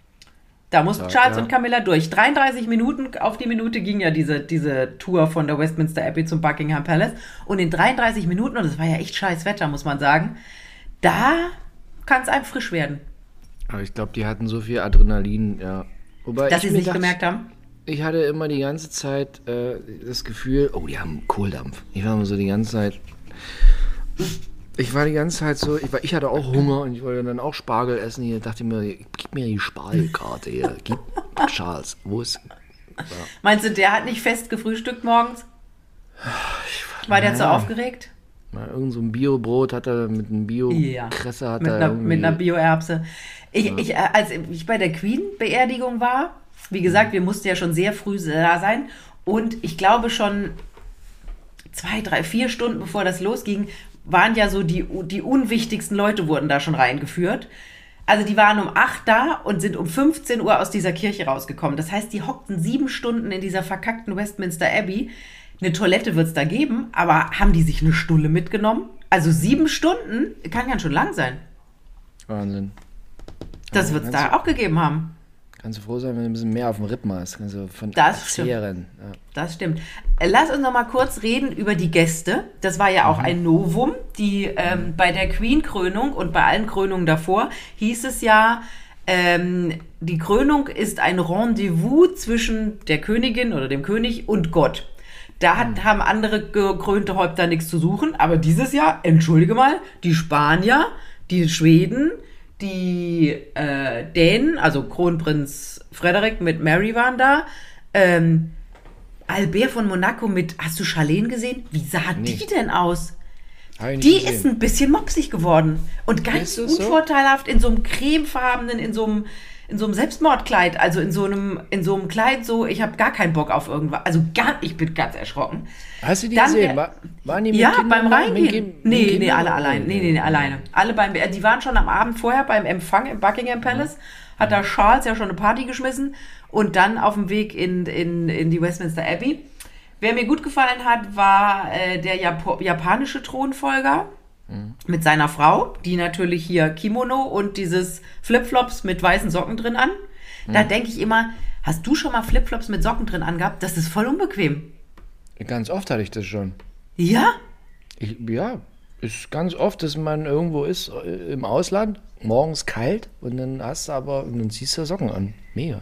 Da mussten Charles und Camilla durch. 33 Minuten auf die Minute ging ja diese Tour von der Westminster Abbey zum Buckingham Palace. Und in 33 Minuten, und das war ja echt scheiß Wetter, muss man sagen, da kann es einem frisch werden. Aber ich glaube, die hatten so viel Adrenalin, ja. Wobei dass sie es nicht gemerkt haben? Ich hatte immer die ganze Zeit das Gefühl, oh, die haben Kohldampf. Ich war immer so die ganze Zeit so, ich hatte auch Hunger und ich wollte dann auch Spargel essen. Hier dachte ich mir, gib mir die Spargelkarte hier. Gib Charles, wo ist... Ja. Meinst du, der hat nicht fest gefrühstückt morgens? War der zu aufgeregt? Irgend so ein Bio-Brot hat er mit einem Bio-Kresse hat er irgendwie... Mit einer Bio-Erbse. Als ich bei der Queen-Beerdigung war, wie gesagt, wir mussten ja schon sehr früh da sein und ich glaube schon 2, 3, 4 Stunden bevor das losging, waren ja so die unwichtigsten Leute wurden da schon reingeführt. Also die waren um 8 da und sind um 15 Uhr aus dieser Kirche rausgekommen. Das heißt, die hockten 7 Stunden in dieser verkackten Westminster Abbey. Eine Toilette wird es da geben, aber haben die sich eine Stulle mitgenommen? Also 7 Stunden kann ganz schön lang sein. Wahnsinn. Das wird es da auch gegeben haben. Kannst du froh sein, wenn du ein bisschen mehr auf dem Rippen hast. Also von Das stimmt. Serien. Ja. Das stimmt. Lass uns noch mal kurz reden über die Gäste. Das war ja auch ein Novum. Die bei der Queen-Krönung und bei allen Krönungen davor hieß es ja, die Krönung ist ein Rendezvous zwischen der Königin oder dem König und Gott. Da haben andere gekrönte Häupter nichts zu suchen. Aber dieses Jahr, entschuldige mal, die Spanier, die Schweden, die Dänen, also Kronprinz Frederik mit Mary waren da. Albert von Monaco mit, hast du Charlene gesehen? Wie sah die denn aus? Die ist ein bisschen mopsig geworden und ganz unvorteilhaft in so einem cremefarbenen, in so einem Selbstmordkleid, also in so einem Kleid, so, ich habe gar keinen Bock auf irgendwas, also ich bin ganz erschrocken. Hast du die gesehen? Waren die mit ja, Kindern beim Reingehen. Nee, alle oder? allein. Nee, alleine. Alle die waren schon am Abend vorher beim Empfang im Buckingham Palace, hat da Charles ja schon eine Party geschmissen und dann auf dem Weg in die Westminster Abbey. Wer mir gut gefallen hat, war der japanische Thronfolger mit seiner Frau, die natürlich hier Kimono und dieses Flipflops mit weißen Socken drin an. Da denke ich immer, hast du schon mal Flipflops mit Socken drin angehabt? Das ist voll unbequem. Ganz oft hatte ich das schon. Ja? Ja, ist ganz oft, dass man irgendwo ist im Ausland, morgens kalt und dann ziehst du Socken an. Mega.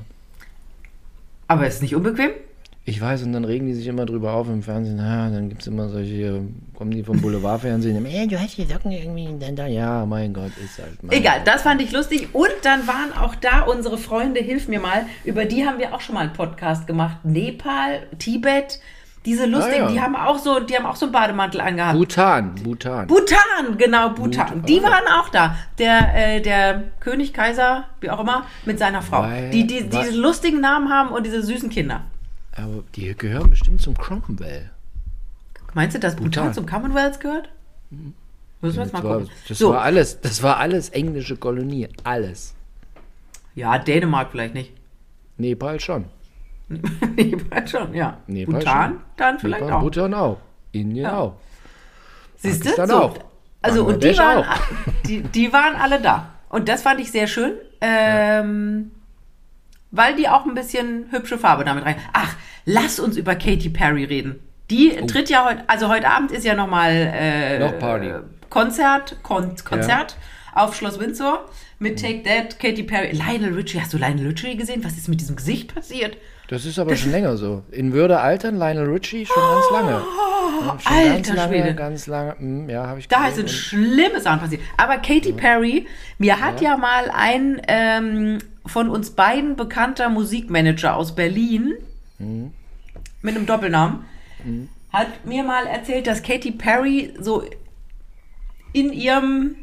Aber ist nicht unbequem? Ich weiß, und dann regen die sich immer drüber auf im Fernsehen. Dann gibt es immer solche, kommen die vom Boulevardfernsehen. Du hast die Socken irgendwie da. Ja, mein Gott, ist halt mal. Egal, das fand ich lustig. Und dann waren auch da unsere Freunde, hilf mir mal, über die haben wir auch schon mal einen Podcast gemacht. Nepal, Tibet, diese lustigen, die haben auch so einen Bademantel angehabt. Bhutan, genau, Bhutan. Die waren auch da. Der König, Kaiser, wie auch immer, mit seiner Frau. Die diese lustigen Namen haben und diese süßen Kinder. Aber die gehören bestimmt zum Cromwell. Meinst du, dass Bhutan zum Commonwealth gehört? Müssen wir jetzt mal gucken. Das war alles englische Kolonie. Alles. Ja, Dänemark vielleicht nicht. Nepal schon. Nepal schon, ja. Nepal Bhutan schon. dann vielleicht Nepal, auch. Bhutan auch. Indien auch. Siehst du? Pakistan So. auch. Also, und Bangladesch die waren alle da. Und das fand ich sehr schön. Weil die auch ein bisschen hübsche Farbe damit rein. Ach, lass uns über Katy Perry reden. Die tritt ja heute Abend ist ja nochmal noch Party. Konzert auf Schloss Windsor mit Take That, Katy Perry, Lionel Richie. Hast du Lionel Richie gesehen? Was ist mit diesem Gesicht passiert? Das ist aber schon länger so. In Würde altern, Lionel Richie schon ganz lange. Alter Schwede. Ganz lange. Ja, habe ich Da gesehen. sind schlimme Sachen passiert. Aber Katy Perry, mir hat ja mal ein von uns beiden bekannter Musikmanager aus Berlin mit einem Doppelnamen hat mir mal erzählt, dass Katy Perry so in ihrer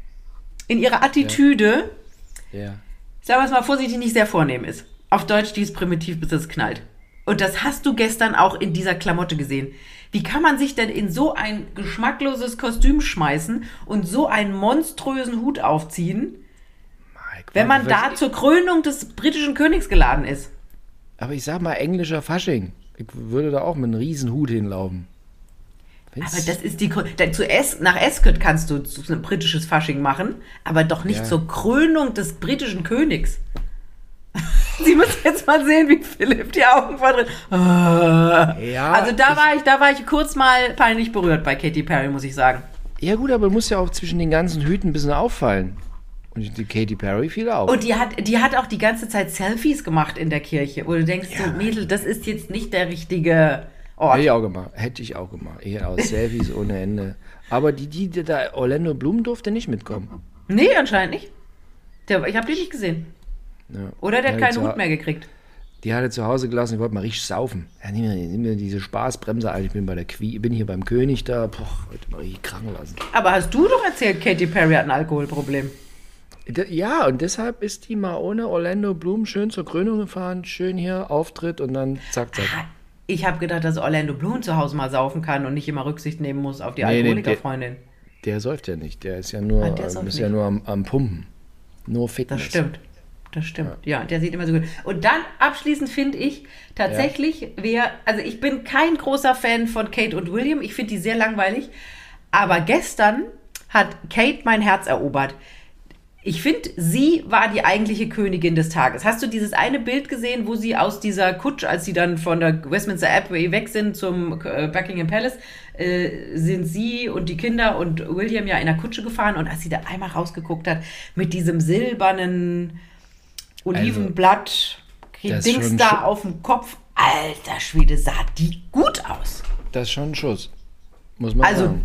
Attitüde, sagen wir es mal vorsichtig, nicht sehr vornehm ist. Auf Deutsch, die ist primitiv, bis es knallt. Und das hast du gestern auch in dieser Klamotte gesehen. Wie kann man sich denn in so ein geschmackloses Kostüm schmeißen und so einen monströsen Hut aufziehen, wenn man da zur Krönung des britischen Königs geladen ist? Aber ich sag mal, englischer Fasching. Ich würde da auch mit einem riesen Hut hinlaufen. Aber das ist nach Ascot kannst du ein britisches Fasching machen, aber doch nicht zur Krönung des britischen Königs. Sie müssen jetzt mal sehen, wie Philipp die Augen verdreht. Ja, also da war ich kurz mal peinlich berührt bei Katy Perry, muss ich sagen. Ja gut, aber muss ja auch zwischen den ganzen Hüten ein bisschen auffallen. Und die Katy Perry fiel auf. Und die hat auch die ganze Zeit Selfies gemacht in der Kirche, wo du denkst, so, Mädel, das ist jetzt nicht der richtige Ort. Hätte ich auch gemacht. Selfies ohne Ende. Aber die da, Orlando Bloom durfte nicht mitkommen. Nee, anscheinend nicht. Ich habe die nicht gesehen. Ja. Oder der hat keinen Hut mehr gekriegt. Die hatte zu Hause gelassen, ich wollte mal richtig saufen. Ja, nimm mir diese Spaßbremse, Alter. Ich bin hier beim König da. Heute mal richtig krank lassen. Aber hast du doch erzählt, Katy Perry hat ein Alkoholproblem. Ja, und deshalb ist die mal ohne Orlando Bloom schön zur Krönung gefahren, schön hier Auftritt und dann zack, zack. Ich habe gedacht, dass Orlando Bloom zu Hause mal saufen kann und nicht immer Rücksicht nehmen muss auf die Alkoholikerfreundin. Der säuft ja nicht, der ist ja nur, am Pumpen. Nur Fitness. Das stimmt. Ja, der sieht immer so gut. Und dann abschließend finde ich tatsächlich, also ich bin kein großer Fan von Kate und William, ich finde die sehr langweilig, aber gestern hat Kate mein Herz erobert. Ich finde, sie war die eigentliche Königin des Tages. Hast du dieses eine Bild gesehen, wo sie aus dieser Kutsche, als sie dann von der Westminster Abbey weg sind zum Buckingham Palace, sind sie und die Kinder und William ja in der Kutsche gefahren und als sie da einmal rausgeguckt hat mit diesem silbernen Olivenblatt, Dings da auf dem Kopf, alter Schwede, sah die gut aus. Das ist schon ein Schuss, muss man sagen.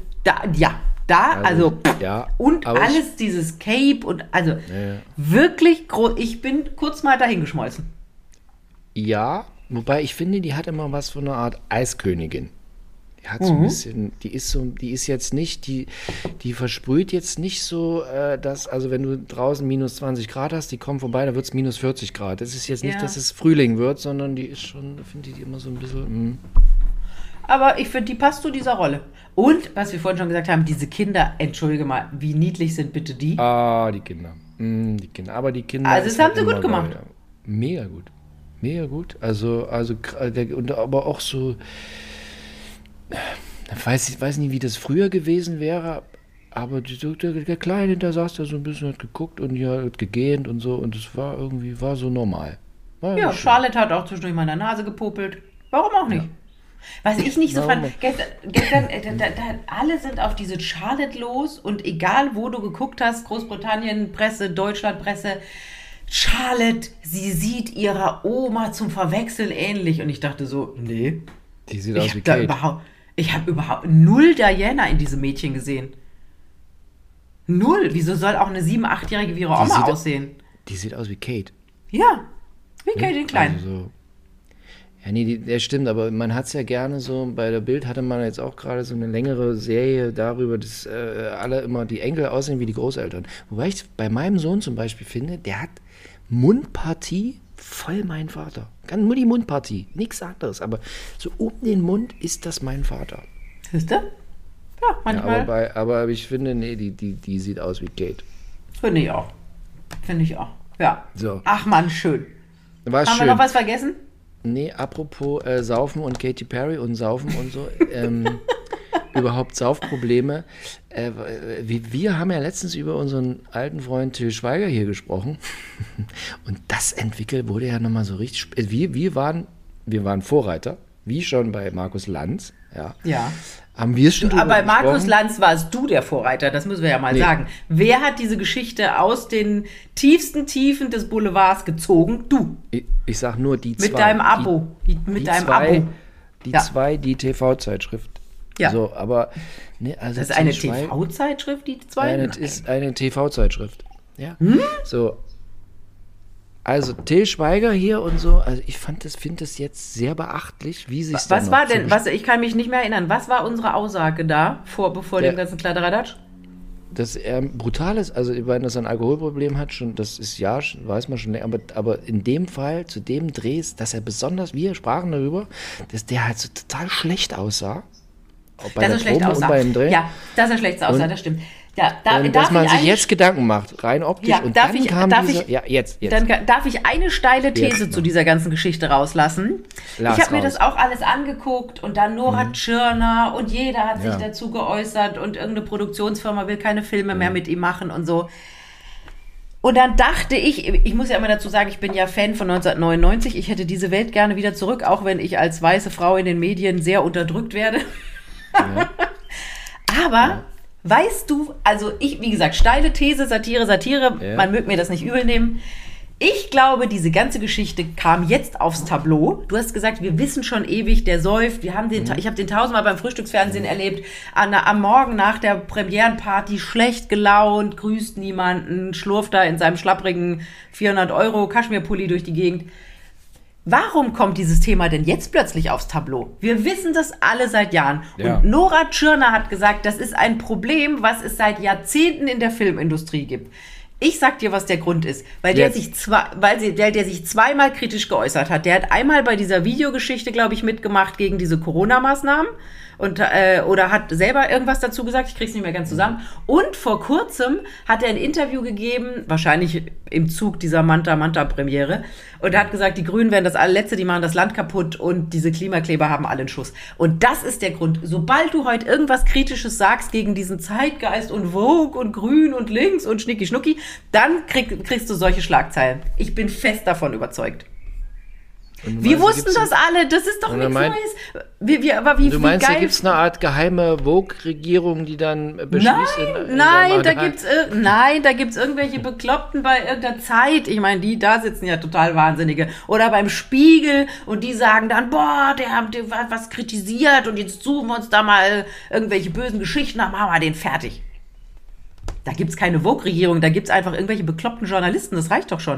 Und alles dieses Cape und wirklich groß. Ich bin kurz mal dahingeschmolzen. Ja, wobei ich finde, die hat immer was von einer Art Eiskönigin. Die hat so ein bisschen, die ist jetzt nicht, die versprüht jetzt nicht so, dass, also wenn du draußen minus 20 Grad hast, die kommen vorbei, da wird es minus 40 Grad. Das ist jetzt nicht, dass es Frühling wird, sondern die ist schon, finde ich immer so ein bisschen, Aber ich finde, die passt zu dieser Rolle. Und, was wir vorhin schon gesagt haben, diese Kinder, entschuldige mal, wie niedlich sind bitte die? Ah, die Kinder. Die Kinder. Aber die Kinder. Also, das haben sie gut gemacht. Geil. Mega gut. Mega gut. Also, und aber auch so. Ich weiß nicht, wie das früher gewesen wäre, aber der Kleine, der saß da so ein bisschen, hat geguckt und hat gegähnt und so. Und es war irgendwie, war so normal. Ja, Charlotte hat auch zwischendurch mal in der Nase gepopelt. Warum auch nicht? Ja. Was ich nicht so fand, gestern alle sind auf diese Charlotte los und egal, wo du geguckt hast, Großbritannien, Presse, Deutschland, Presse, Charlotte, sie sieht ihrer Oma zum Verwechseln ähnlich. Und ich dachte so, nee. Die sieht aus wie Kate. Ich habe überhaupt null Diana in diesem Mädchen gesehen. Null. Wieso soll auch eine 7-, 8-Jährige wie ihre Oma aussehen? Die sieht aus wie Kate. Ja, wie Kate den Kleinen. Also so. Ja, nee, der stimmt, aber man hat es ja gerne so, bei der Bild hatte man jetzt auch gerade so eine längere Serie darüber, dass alle immer die Enkel aussehen wie die Großeltern. Wobei ich bei meinem Sohn zum Beispiel finde, der hat Mundpartie voll mein Vater. Nur die Mundpartie, nichts anderes, aber so um den Mund ist das mein Vater. Siehst du? Ja, manchmal. Ja, aber ich finde, nee, die sieht aus wie Kate. Finde ich auch. Ja. So. Ach man, schön. Haben wir noch was vergessen? Nee, apropos Saufen und Katy Perry und Saufen und so, überhaupt Saufprobleme. Wir haben ja letztens über unseren alten Freund Til Schweiger hier gesprochen und das wurde ja nochmal so richtig, wir waren Vorreiter, wie schon bei Markus Lanz, ja. Haben wir es schon Aber bei Markus Lanz warst du der Vorreiter, das müssen wir ja mal sagen. Wer hat diese Geschichte aus den tiefsten Tiefen des Boulevards gezogen? Du. Ich sag nur die zwei. Mit deinem Abo. Die TV-Zeitschrift. Ja. So, aber, ne, also das ist eine TV-Zeitschrift, die zwei? Nein, das ist eine TV-Zeitschrift. Ja. So. Also Til Schweiger hier und so, also ich finde das jetzt sehr beachtlich, wie sich Was war denn, ich kann mich nicht mehr erinnern, was war unsere Aussage da, bevor dem ganzen Kladderadatsch? Dass er brutal ist, also ich meine, dass er ein Alkoholproblem hat, schon, das ist weiß man schon länger, aber in dem Fall, zu dem Drehs, dass er besonders, wir sprachen darüber, dass der halt so total schlecht aussah. Dass er schlecht aussah. Ja, dass er schlecht aussah, das stimmt. Ja, dass man sich jetzt Gedanken macht, rein optisch. Ja, und darf dann ich jetzt. Dann darf ich eine steile These zu dieser ganzen Geschichte rauslassen. Ich habe mir das auch alles angeguckt und dann Nora Tschirner und jeder hat sich dazu geäußert und irgendeine Produktionsfirma will keine Filme mehr mit ihm machen und so. Und dann dachte ich muss ja immer dazu sagen, ich bin ja Fan von 1999, ich hätte diese Welt gerne wieder zurück, auch wenn ich als weiße Frau in den Medien sehr unterdrückt werde. Ja. Aber weißt du, also wie gesagt, steile These, Satire, man möge mir das nicht übel nehmen. Ich glaube, diese ganze Geschichte kam jetzt aufs Tableau. Du hast gesagt, wir wissen schon ewig, der säuft. Ich habe den 1000-mal beim Frühstücksfernsehen erlebt. Am Morgen nach der Premierenparty schlecht gelaunt, grüßt niemanden, schlurft da in seinem schlapprigen 400 € Kaschmirpulli durch die Gegend. Warum kommt dieses Thema denn jetzt plötzlich aufs Tableau? Wir wissen das alle seit Jahren. Ja. Und Nora Tschirner hat gesagt, das ist ein Problem, was es seit Jahrzehnten in der Filmindustrie gibt. Ich sag dir, was der Grund ist. Weil der sich zweimal kritisch geäußert hat. Der hat einmal bei dieser Videogeschichte, glaube ich, mitgemacht gegen diese Corona-Maßnahmen. Oder hat selber irgendwas dazu gesagt, ich krieg's nicht mehr ganz zusammen. Und vor kurzem hat er ein Interview gegeben, wahrscheinlich im Zug dieser Manta-Premiere, und er hat gesagt, die Grünen werden das allerletzte, die machen das Land kaputt und diese Klimakleber haben alle einen Schuss. Und das ist der Grund. Sobald du heute irgendwas Kritisches sagst gegen diesen Zeitgeist und Vogue und Grün und links und Schnicki-Schnucki, dann kriegst du solche Schlagzeilen. Ich bin fest davon überzeugt. Wie meinst, wussten das alle? Das ist doch nichts Neues. Du meinst, geil. da gibt es eine Art geheime Vogue-Regierung, die dann beschließt... Nein, da gibt's irgendwelche Bekloppten bei irgendeiner Zeit. Ich meine, da sitzen ja total Wahnsinnige. Oder beim Spiegel und die sagen dann, boah, der hat was kritisiert und jetzt suchen wir uns da mal irgendwelche bösen Geschichten, dann machen wir den fertig. Da gibt's keine Vogue-Regierung, da gibt's einfach irgendwelche bekloppten Journalisten, das reicht doch schon.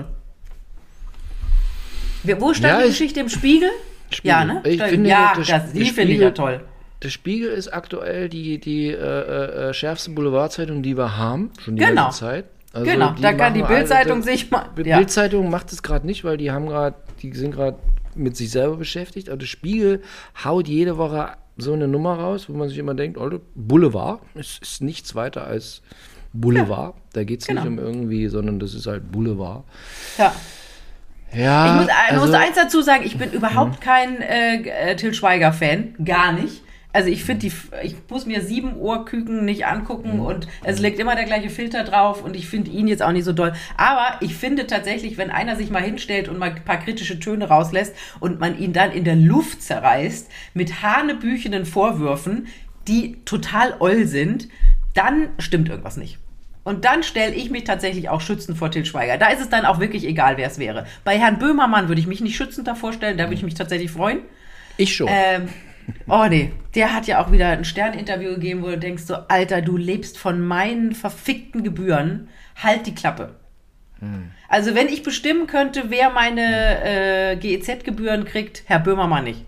Wo stand die Geschichte im Spiegel? Spiegel. Ja, ne? Ich finde, die finde ich ja toll. Der Spiegel ist aktuell die schärfste Boulevardzeitung, die wir haben, schon die ganze Zeit. Also genau, da kann die Bild-Zeitung sich mal... Die Bild-Zeitung macht es gerade nicht, weil die sind gerade mit sich selber beschäftigt. Aber der Spiegel haut jede Woche so eine Nummer raus, wo man sich immer denkt, Alter, Boulevard, es ist nichts weiter als Boulevard. Da geht es nicht um irgendwie, sondern das ist halt Boulevard. Ja. Ja, ich muss eins dazu sagen, ich bin überhaupt kein Til Schweiger-Fan, gar nicht. Also ich muss mir 7 Ohrküken nicht angucken und es liegt immer der gleiche Filter drauf und ich finde ihn jetzt auch nicht so doll. Aber ich finde tatsächlich, wenn einer sich mal hinstellt und mal ein paar kritische Töne rauslässt und man ihn dann in der Luft zerreißt mit hanebüchenen Vorwürfen, die total oll sind, dann stimmt irgendwas nicht. Und dann stelle ich mich tatsächlich auch schützend vor Til Schweiger. Da ist es dann auch wirklich egal, wer es wäre. Bei Herrn Böhmermann würde ich mich nicht schützend davor stellen, da würde ich mich tatsächlich freuen. Ich schon. Nee, der hat ja auch wieder ein Sterninterview gegeben, wo du denkst so, Alter, du lebst von meinen verfickten Gebühren, halt die Klappe. Also wenn ich bestimmen könnte, wer meine GEZ-Gebühren kriegt, Herr Böhmermann nicht.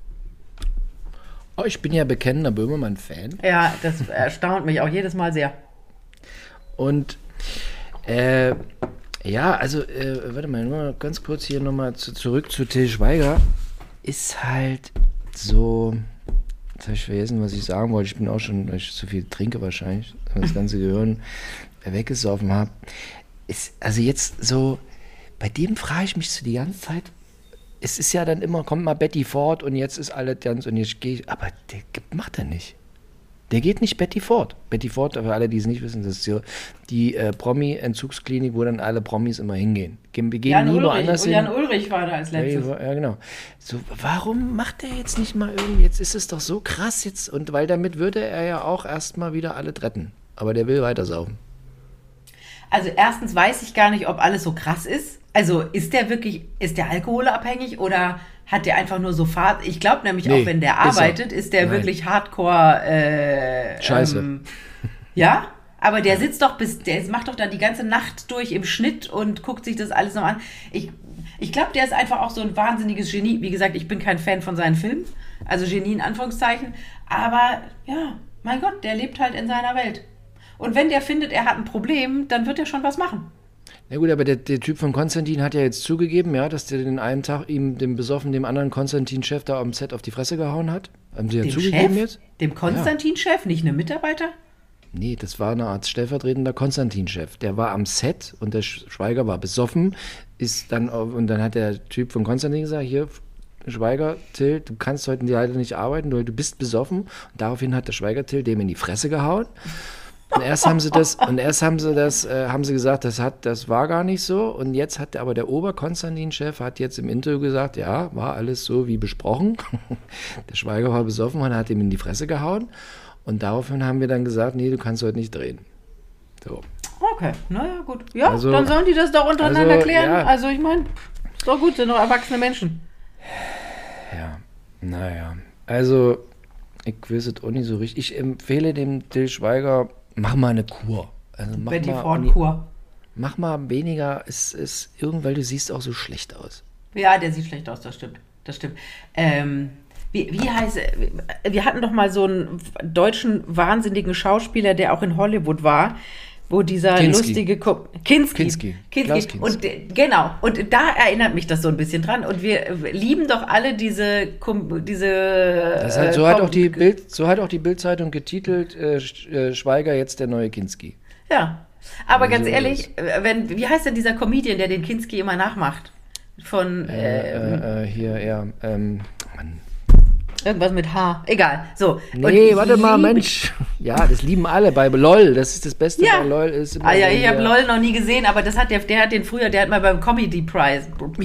Oh, ich bin ja bekennender Böhmermann-Fan. Ja, das erstaunt mich auch jedes Mal sehr. Und warte mal, nur ganz kurz hier nochmal zurück zu Til Schweiger. Ist halt so, jetzt habe ich vergessen, was ich sagen wollte. Ich bin auch schon, weil ich zu viel trinke wahrscheinlich, das ganze Gehirn weggesoffen habe. Also jetzt so, bei dem frage ich mich so die ganze Zeit, es ist ja dann immer, kommt mal Betty Ford und jetzt ist alles ganz und jetzt gehe ich, aber der macht er nicht. Der geht nicht Betty Ford. Betty Ford, für alle, die es nicht wissen, das ist so die Promi-Entzugsklinik, wo dann alle Promis immer hingehen. Wir gehen Jan nie Ulrich, woanders hin. Jan Ulrich war da als letztes. Ja, genau. So, warum macht er jetzt nicht mal irgendwie, jetzt ist es doch so krass jetzt, und weil damit würde er ja auch erstmal wieder alle retten. Aber der will weitersaufen. Also erstens weiß ich gar nicht, ob alles so krass ist. Also ist der alkoholabhängig oder hat der einfach nur so Fahrt? Ich glaube nämlich auch, wenn der arbeitet, ist der wirklich Hardcore. Scheiße. Ja, aber der sitzt doch der macht doch dann die ganze Nacht durch im Schnitt und guckt sich das alles noch an. Ich glaube, der ist einfach auch so ein wahnsinniges Genie. Wie gesagt, ich bin kein Fan von seinen Filmen, also Genie in Anführungszeichen. Aber ja, mein Gott, der lebt halt in seiner Welt. Und wenn der findet, er hat ein Problem, dann wird er schon was machen. Na gut, aber der Typ von Konstantin hat ja jetzt zugegeben, ja, dass der den einen Tag dem anderen Konstantin-Chef da am Set auf die Fresse gehauen hat. Haben sie ja zugegeben jetzt? Dem Konstantin-Chef, nicht einem Mitarbeiter? Nee, das war eine Art stellvertretender Konstantin-Chef. Der war am Set und der Schweiger war besoffen, und dann hat der Typ von Konstantin gesagt, hier, Schweiger, Till, du kannst heute leider nicht arbeiten, du bist besoffen. Und daraufhin hat der Schweiger Till dem in die Fresse gehauen. Und erst haben sie gesagt, das war gar nicht so. Und jetzt hat aber der Ober-Konstantin-Chef hat jetzt im Interview gesagt, ja, war alles so wie besprochen. Der Schweiger war besoffen und hat ihm in die Fresse gehauen. Und daraufhin haben wir dann gesagt, nee, du kannst heute nicht drehen. So. Okay, naja, gut. Ja, also, dann sollen die das doch untereinander klären. Ja. Also ich meine, ist doch gut, sind doch erwachsene Menschen. Ja, naja. Also, ich weiß es auch nicht so richtig. Ich empfehle dem Til Schweiger, mach mal eine Kur. Also Betty Ford-Kur. Mach mal weniger, weil du siehst auch so schlecht aus. Ja, der sieht schlecht aus, das stimmt. Wie heißt wir hatten doch mal so einen deutschen wahnsinnigen Schauspieler, der auch in Hollywood war, wo dieser Kinski. Kinski. Und genau, und da erinnert mich das so ein bisschen dran. Und wir lieben doch alle diese so hat auch die Bild-Zeitung getitelt, Schweiger jetzt der neue Kinski. Ja, aber ganz ehrlich, wie heißt denn dieser Comedian, der den Kinski immer nachmacht? Von Mann. Irgendwas mit H. Egal. So. Nee, warte mal, Mensch. Ja, das lieben alle bei LOL. Das ist das Beste bei LOL. Ist immer ich habe LOL noch nie gesehen, aber der hat den früher, der hat mal beim Comedy Prize,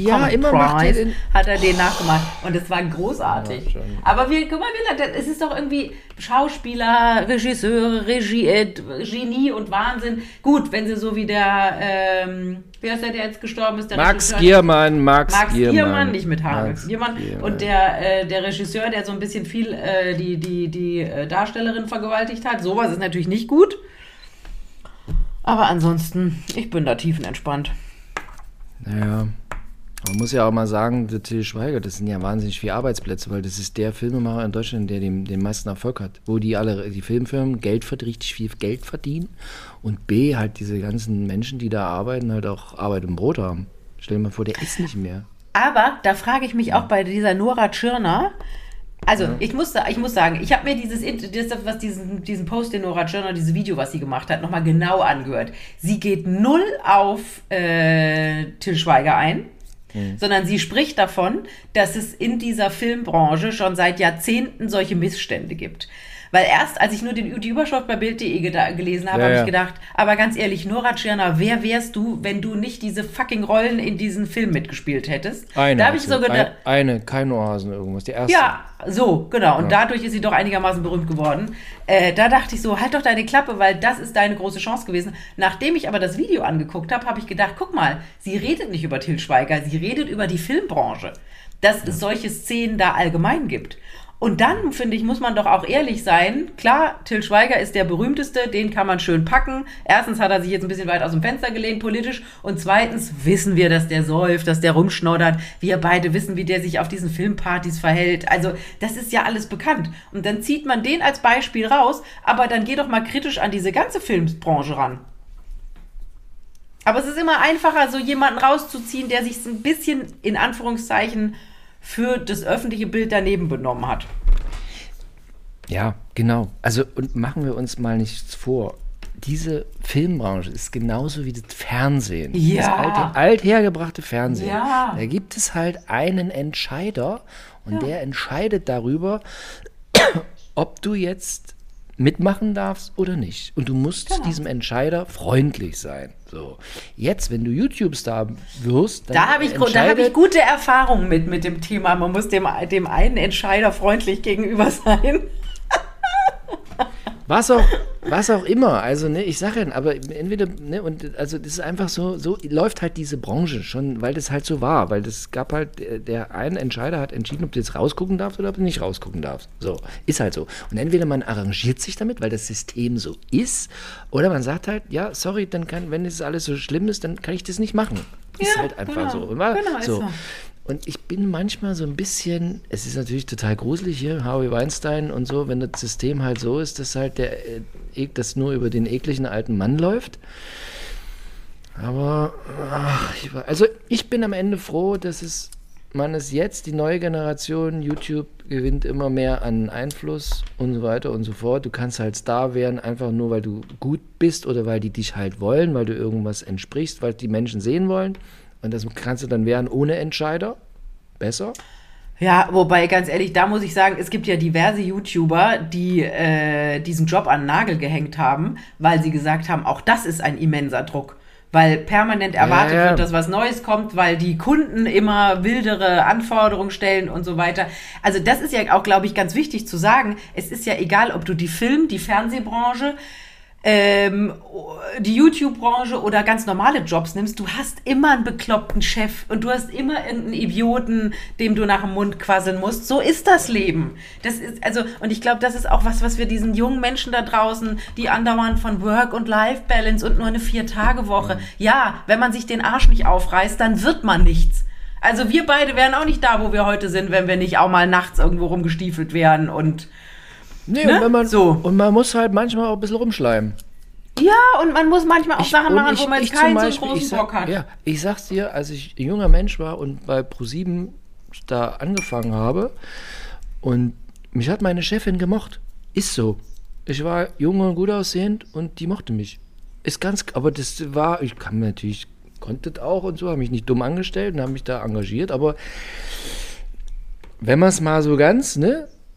hat er den nachgemacht. Und das war großartig. Ja, aber guck mal, es ist doch irgendwie Schauspieler, Regisseure, Genie und Wahnsinn. Gut, wenn sie so wie der, wer ist der jetzt gestorben ist? Der Max Giermann, nicht mit H. Max Giermann. Und der Regisseur, der so ein bisschen viel die Darstellerin vergewaltigt hat. Sowas ist natürlich nicht gut. Aber ansonsten, ich bin da tiefenentspannt. Naja, man muss ja auch mal sagen, der Til Schweiger, das sind ja wahnsinnig viele Arbeitsplätze, weil das ist der Filmemacher in Deutschland, der den meisten Erfolg hat. Wo die Filmfirmen richtig viel Geld verdienen und B, halt diese ganzen Menschen, die da arbeiten, halt auch Arbeit und Brot haben. Stell dir mal vor, der ist nicht mehr. Aber da frage ich mich auch bei dieser Nora Tschirner. Also, ich muss sagen, ich habe mir diesen Post, den Nora Tschirner, dieses Video, was sie gemacht hat, nochmal genau angehört. Sie geht null auf Til Schweiger ein, sondern sie spricht davon, dass es in dieser Filmbranche schon seit Jahrzehnten solche Missstände gibt. Weil erst, als ich nur die Überschrift bei Bild.de gelesen habe, habe ich gedacht, aber ganz ehrlich, Nora Tschirner, wer wärst du, wenn du nicht diese fucking Rollen in diesem Film mitgespielt hättest? Da habe ich so gedacht, kein Ohrhasen irgendwas, die erste. Ja, so, genau. Und dadurch ist sie doch einigermaßen berühmt geworden. Da dachte ich so, halt doch deine Klappe, weil das ist deine große Chance gewesen. Nachdem ich aber das Video angeguckt habe, habe ich gedacht, guck mal, sie redet nicht über Til Schweiger, sie redet über die Filmbranche, dass es solche Szenen da allgemein gibt. Und dann, finde ich, muss man doch auch ehrlich sein. Klar, Til Schweiger ist der berühmteste, den kann man schön packen. Erstens hat er sich jetzt ein bisschen weit aus dem Fenster gelehnt politisch. Und zweitens wissen wir, dass der säuft, dass der rumschnoddert. Wir beide wissen, wie der sich auf diesen Filmpartys verhält. Also das ist ja alles bekannt. Und dann zieht man den als Beispiel raus. Aber dann geh doch mal kritisch an diese ganze Filmbranche ran. Aber es ist immer einfacher, so jemanden rauszuziehen, der sich so ein bisschen, in Anführungszeichen, für das öffentliche Bild daneben benommen hat. Ja, genau. Also, und machen wir uns mal nichts vor. Diese Filmbranche ist genauso wie das Fernsehen. Ja. Das althergebrachte Fernsehen. Ja. Da gibt es halt einen Entscheider und der entscheidet darüber, ob du jetzt mitmachen darfst oder nicht. Und du musst diesem Entscheider freundlich sein. So. Jetzt, wenn du YouTube-Star wirst, dann da habe ich gute Erfahrungen mit dem Thema. Man muss dem einen Entscheider freundlich gegenüber sein. Was auch immer, also ne, ich sage ja, aber entweder, ne, und also das ist einfach so läuft halt diese Branche schon, weil das halt so war, weil das gab halt, der eine Entscheider hat entschieden, ob du jetzt rausgucken darfst oder ob du nicht rausgucken darfst. So, ist halt so. Und entweder man arrangiert sich damit, weil das System so ist, oder man sagt halt, ja, sorry, dann wenn das alles so schlimm ist, dann kann ich das nicht machen. Ist halt einfach so. Immer so. Und ich bin manchmal so ein bisschen, es ist natürlich total gruselig hier, Harvey Weinstein und so, wenn das System halt so ist, dass halt das nur über den ekligen alten Mann läuft. Aber, ich bin am Ende froh, dass man es jetzt, die neue Generation, YouTube gewinnt immer mehr an Einfluss und so weiter und so fort. Du kannst halt Star werden, einfach nur, weil du gut bist oder weil die dich halt wollen, weil du irgendwas entsprichst, weil die Menschen sehen wollen. Und das kannst du dann werden ohne Entscheider. Besser. Ja, wobei, ganz ehrlich, da muss ich sagen, es gibt ja diverse YouTuber, die diesen Job an den Nagel gehängt haben, weil sie gesagt haben, auch das ist ein immenser Druck. Weil permanent erwartet wird, dass was Neues kommt, weil die Kunden immer wildere Anforderungen stellen und so weiter. Also das ist ja auch, glaube ich, ganz wichtig zu sagen. Es ist ja egal, ob du die Fernsehbranche, die YouTube-Branche oder ganz normale Jobs nimmst, du hast immer einen bekloppten Chef und du hast immer irgendeinen Idioten, dem du nach dem Mund quasseln musst. So ist das Leben. Das ist, und ich glaube, das ist auch was wir diesen jungen Menschen da draußen, die andauernd von Work- und Life-Balance und nur eine 4-Tage-Woche. Ja, wenn man sich den Arsch nicht aufreißt, dann wird man nichts. Also wir beide wären auch nicht da, wo wir heute sind, wenn wir nicht auch mal nachts irgendwo rumgestiefelt wären und nee, ne? Und man muss halt manchmal auch ein bisschen rumschleimen. Ja, und man muss manchmal auch Sachen machen, wo man keinen so großen Bock hat. Ja, ich sag's dir, als ich ein junger Mensch war und bei ProSieben da angefangen habe und mich hat meine Chefin gemocht. Ist so. Ich war jung und gut aussehend und die mochte mich. Aber das war, konnte das auch und so, habe mich nicht dumm angestellt und habe mich da engagiert, aber wenn man es mal so ganz, ne,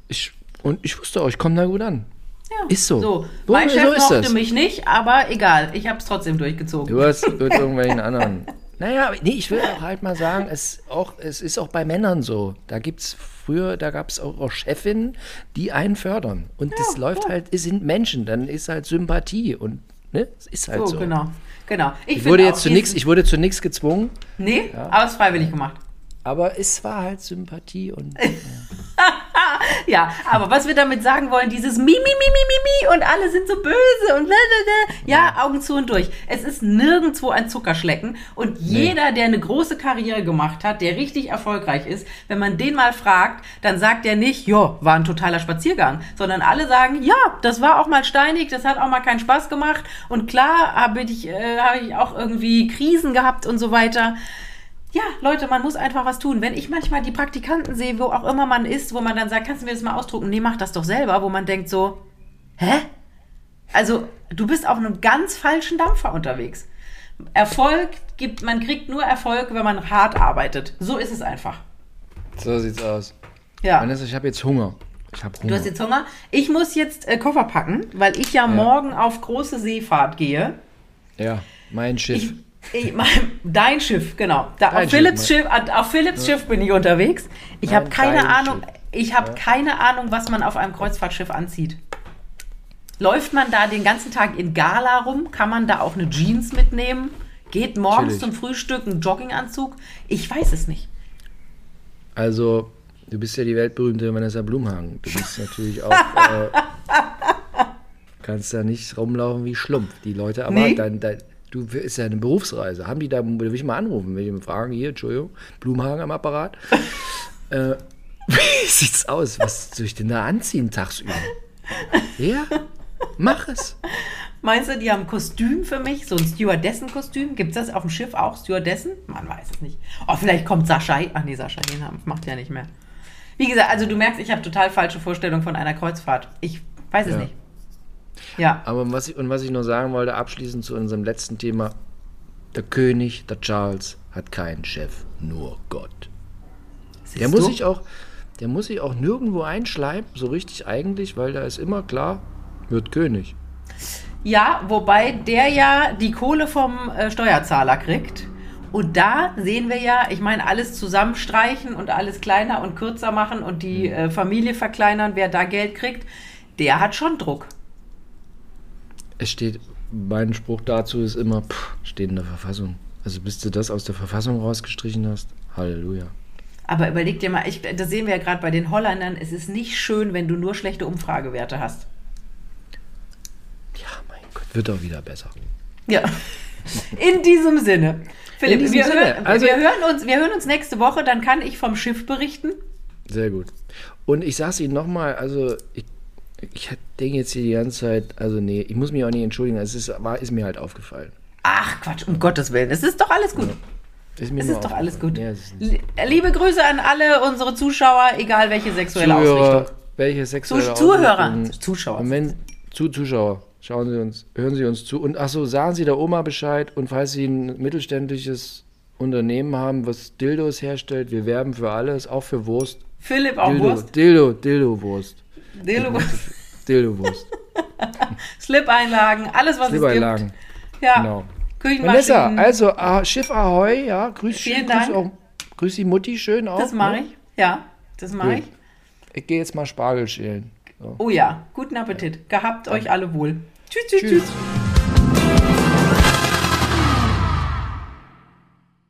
ich wusste auch, ich komme da gut an. Ja. Ist so. So, So- mein Chef so ist mochte das. mich nicht, aber egal, ich habe es trotzdem durchgezogen. Du hast mit irgendwelchen anderen. Naja, nee, ich will auch halt mal sagen, es ist auch bei Männern so. Da gab es auch Chefinnen, die einen fördern. Und das läuft halt, es sind Menschen, dann ist halt Sympathie und ne, es ist halt so. Genau. Ich finde wurde auch jetzt zu nichts gezwungen, Nee, aber es ist freiwillig gemacht. aber es war halt Sympathie und Ja, aber was wir damit sagen wollen, dieses Mi und alle sind so böse und blablabla. Ja, Augen zu und durch. Es ist nirgendwo ein Zuckerschlecken und jeder, der eine große Karriere gemacht hat, der richtig erfolgreich ist, wenn man den mal fragt, dann sagt er nicht, ja, war ein totaler Spaziergang, sondern alle sagen, ja, das war auch mal steinig, das hat auch mal keinen Spaß gemacht und klar habe ich auch irgendwie Krisen gehabt und so weiter. Ja, Leute, man muss einfach was tun. Wenn ich manchmal die Praktikanten sehe, wo auch immer man ist, wo man dann sagt, kannst du mir das mal ausdrucken? Nee, mach das doch selber, wo man denkt so, hä? Also, du bist auf einem ganz falschen Dampfer unterwegs. Man kriegt nur Erfolg, wenn man hart arbeitet. So ist es einfach. so sieht's aus. Ja. Vanessa, ich habe jetzt Hunger. Du hast jetzt Hunger? Ich muss jetzt Koffer packen, weil ich ja morgen auf große Seefahrt gehe. Ja, mein Schiff. Dein Schiff, genau. Dein Auf Philipps Schiff bin ich unterwegs. Ich habe keine Ahnung. Ich habe keine Ahnung, was man auf einem Kreuzfahrtschiff anzieht. Läuft man da den ganzen Tag in Gala rum? Kann man da auch eine Jeans mitnehmen? Geht morgens Natürlich. zum Frühstück ein Jogginganzug? Ich weiß es nicht. Also, du bist ja die weltberühmte Vanessa Blumhagen. Du bist natürlich auch, kannst da nicht rumlaufen wie Schlumpf. Die Leute erwarten, du ist ja eine Berufsreise. Haben die da, will ich mal anrufen, wenn die mich fragen, hier, Entschuldigung, Blumhagen am Apparat. Wie sieht's aus? Was soll ich denn da anziehen tagsüber? Ja, mach es. Meinst du, die haben ein Kostüm für mich? So ein Stewardessen-Kostüm? Gibt es das auf dem Schiff auch, Stewardessen? Man weiß es nicht. Oh, vielleicht kommt Sascha. Ach nee, Sascha Henham macht ja nicht mehr. Wie gesagt, also du merkst, ich habe total falsche Vorstellungen von einer Kreuzfahrt. Ich weiß es nicht. Ja. Aber was ich noch sagen wollte, abschließend zu unserem letzten Thema, der König, der Charles, hat keinen Chef, nur Gott. Der muss sich auch nirgendwo einschleimen, so richtig eigentlich, weil da ist immer klar, wird König. Ja, wobei der ja die Kohle vom Steuerzahler kriegt. Und da sehen wir ja, ich meine, alles zusammenstreichen und alles kleiner und kürzer machen und die Familie verkleinern, wer da Geld kriegt, der hat schon Druck. Es steht, mein Spruch dazu ist immer, steht in der Verfassung. Also bis du das aus der Verfassung rausgestrichen hast, Halleluja. Aber überleg dir mal, das sehen wir ja gerade bei den Holländern, es ist nicht schön, wenn du nur schlechte Umfragewerte hast. Ja, mein Gott, wird auch wieder besser. Ja, in diesem Sinne. Philipp, In diesem Sinne. Wir hören uns nächste Woche, dann kann ich vom Schiff berichten. Sehr gut. Und ich sag's Ihnen nochmal, also ich denke jetzt hier die ganze Zeit, also nee, ich muss mich auch nicht entschuldigen, es ist mir halt aufgefallen. Ach Quatsch, um Gottes Willen, es ist doch alles gut. Ist mir Es nur ist doch alles gut. Ja, es ist nicht. Liebe Grüße an alle unsere Zuschauer, egal welche sexuelle Ausrichtung. Welche sexuelle Zuhörer, Ausrichtung. Zuschauer. Und wenn, Zuschauer, hören Sie uns zu. Und achso, sagen Sie der Oma Bescheid. Und falls Sie ein mittelständisches Unternehmen haben, was Dildos herstellt, wir werben für alles, auch für Wurst. Philipp, auch Wurst. Dildo-Wurst. Dildo-Wurst. Slip-Einlagen, alles was Slip-Einlagen. es gibt. Ja, Genau. Küchenmaschinen. Vanessa, also Schiff Ahoi, ja, Vielen Dank. Grüß die Mutti schön auch. Das mache ne? ich. Ja, das mache Gut. ich. Ich gehe jetzt mal Spargel schälen. So. Oh ja, guten Appetit. Gehabt euch alle wohl. Tschüss, tschüss, tschüss.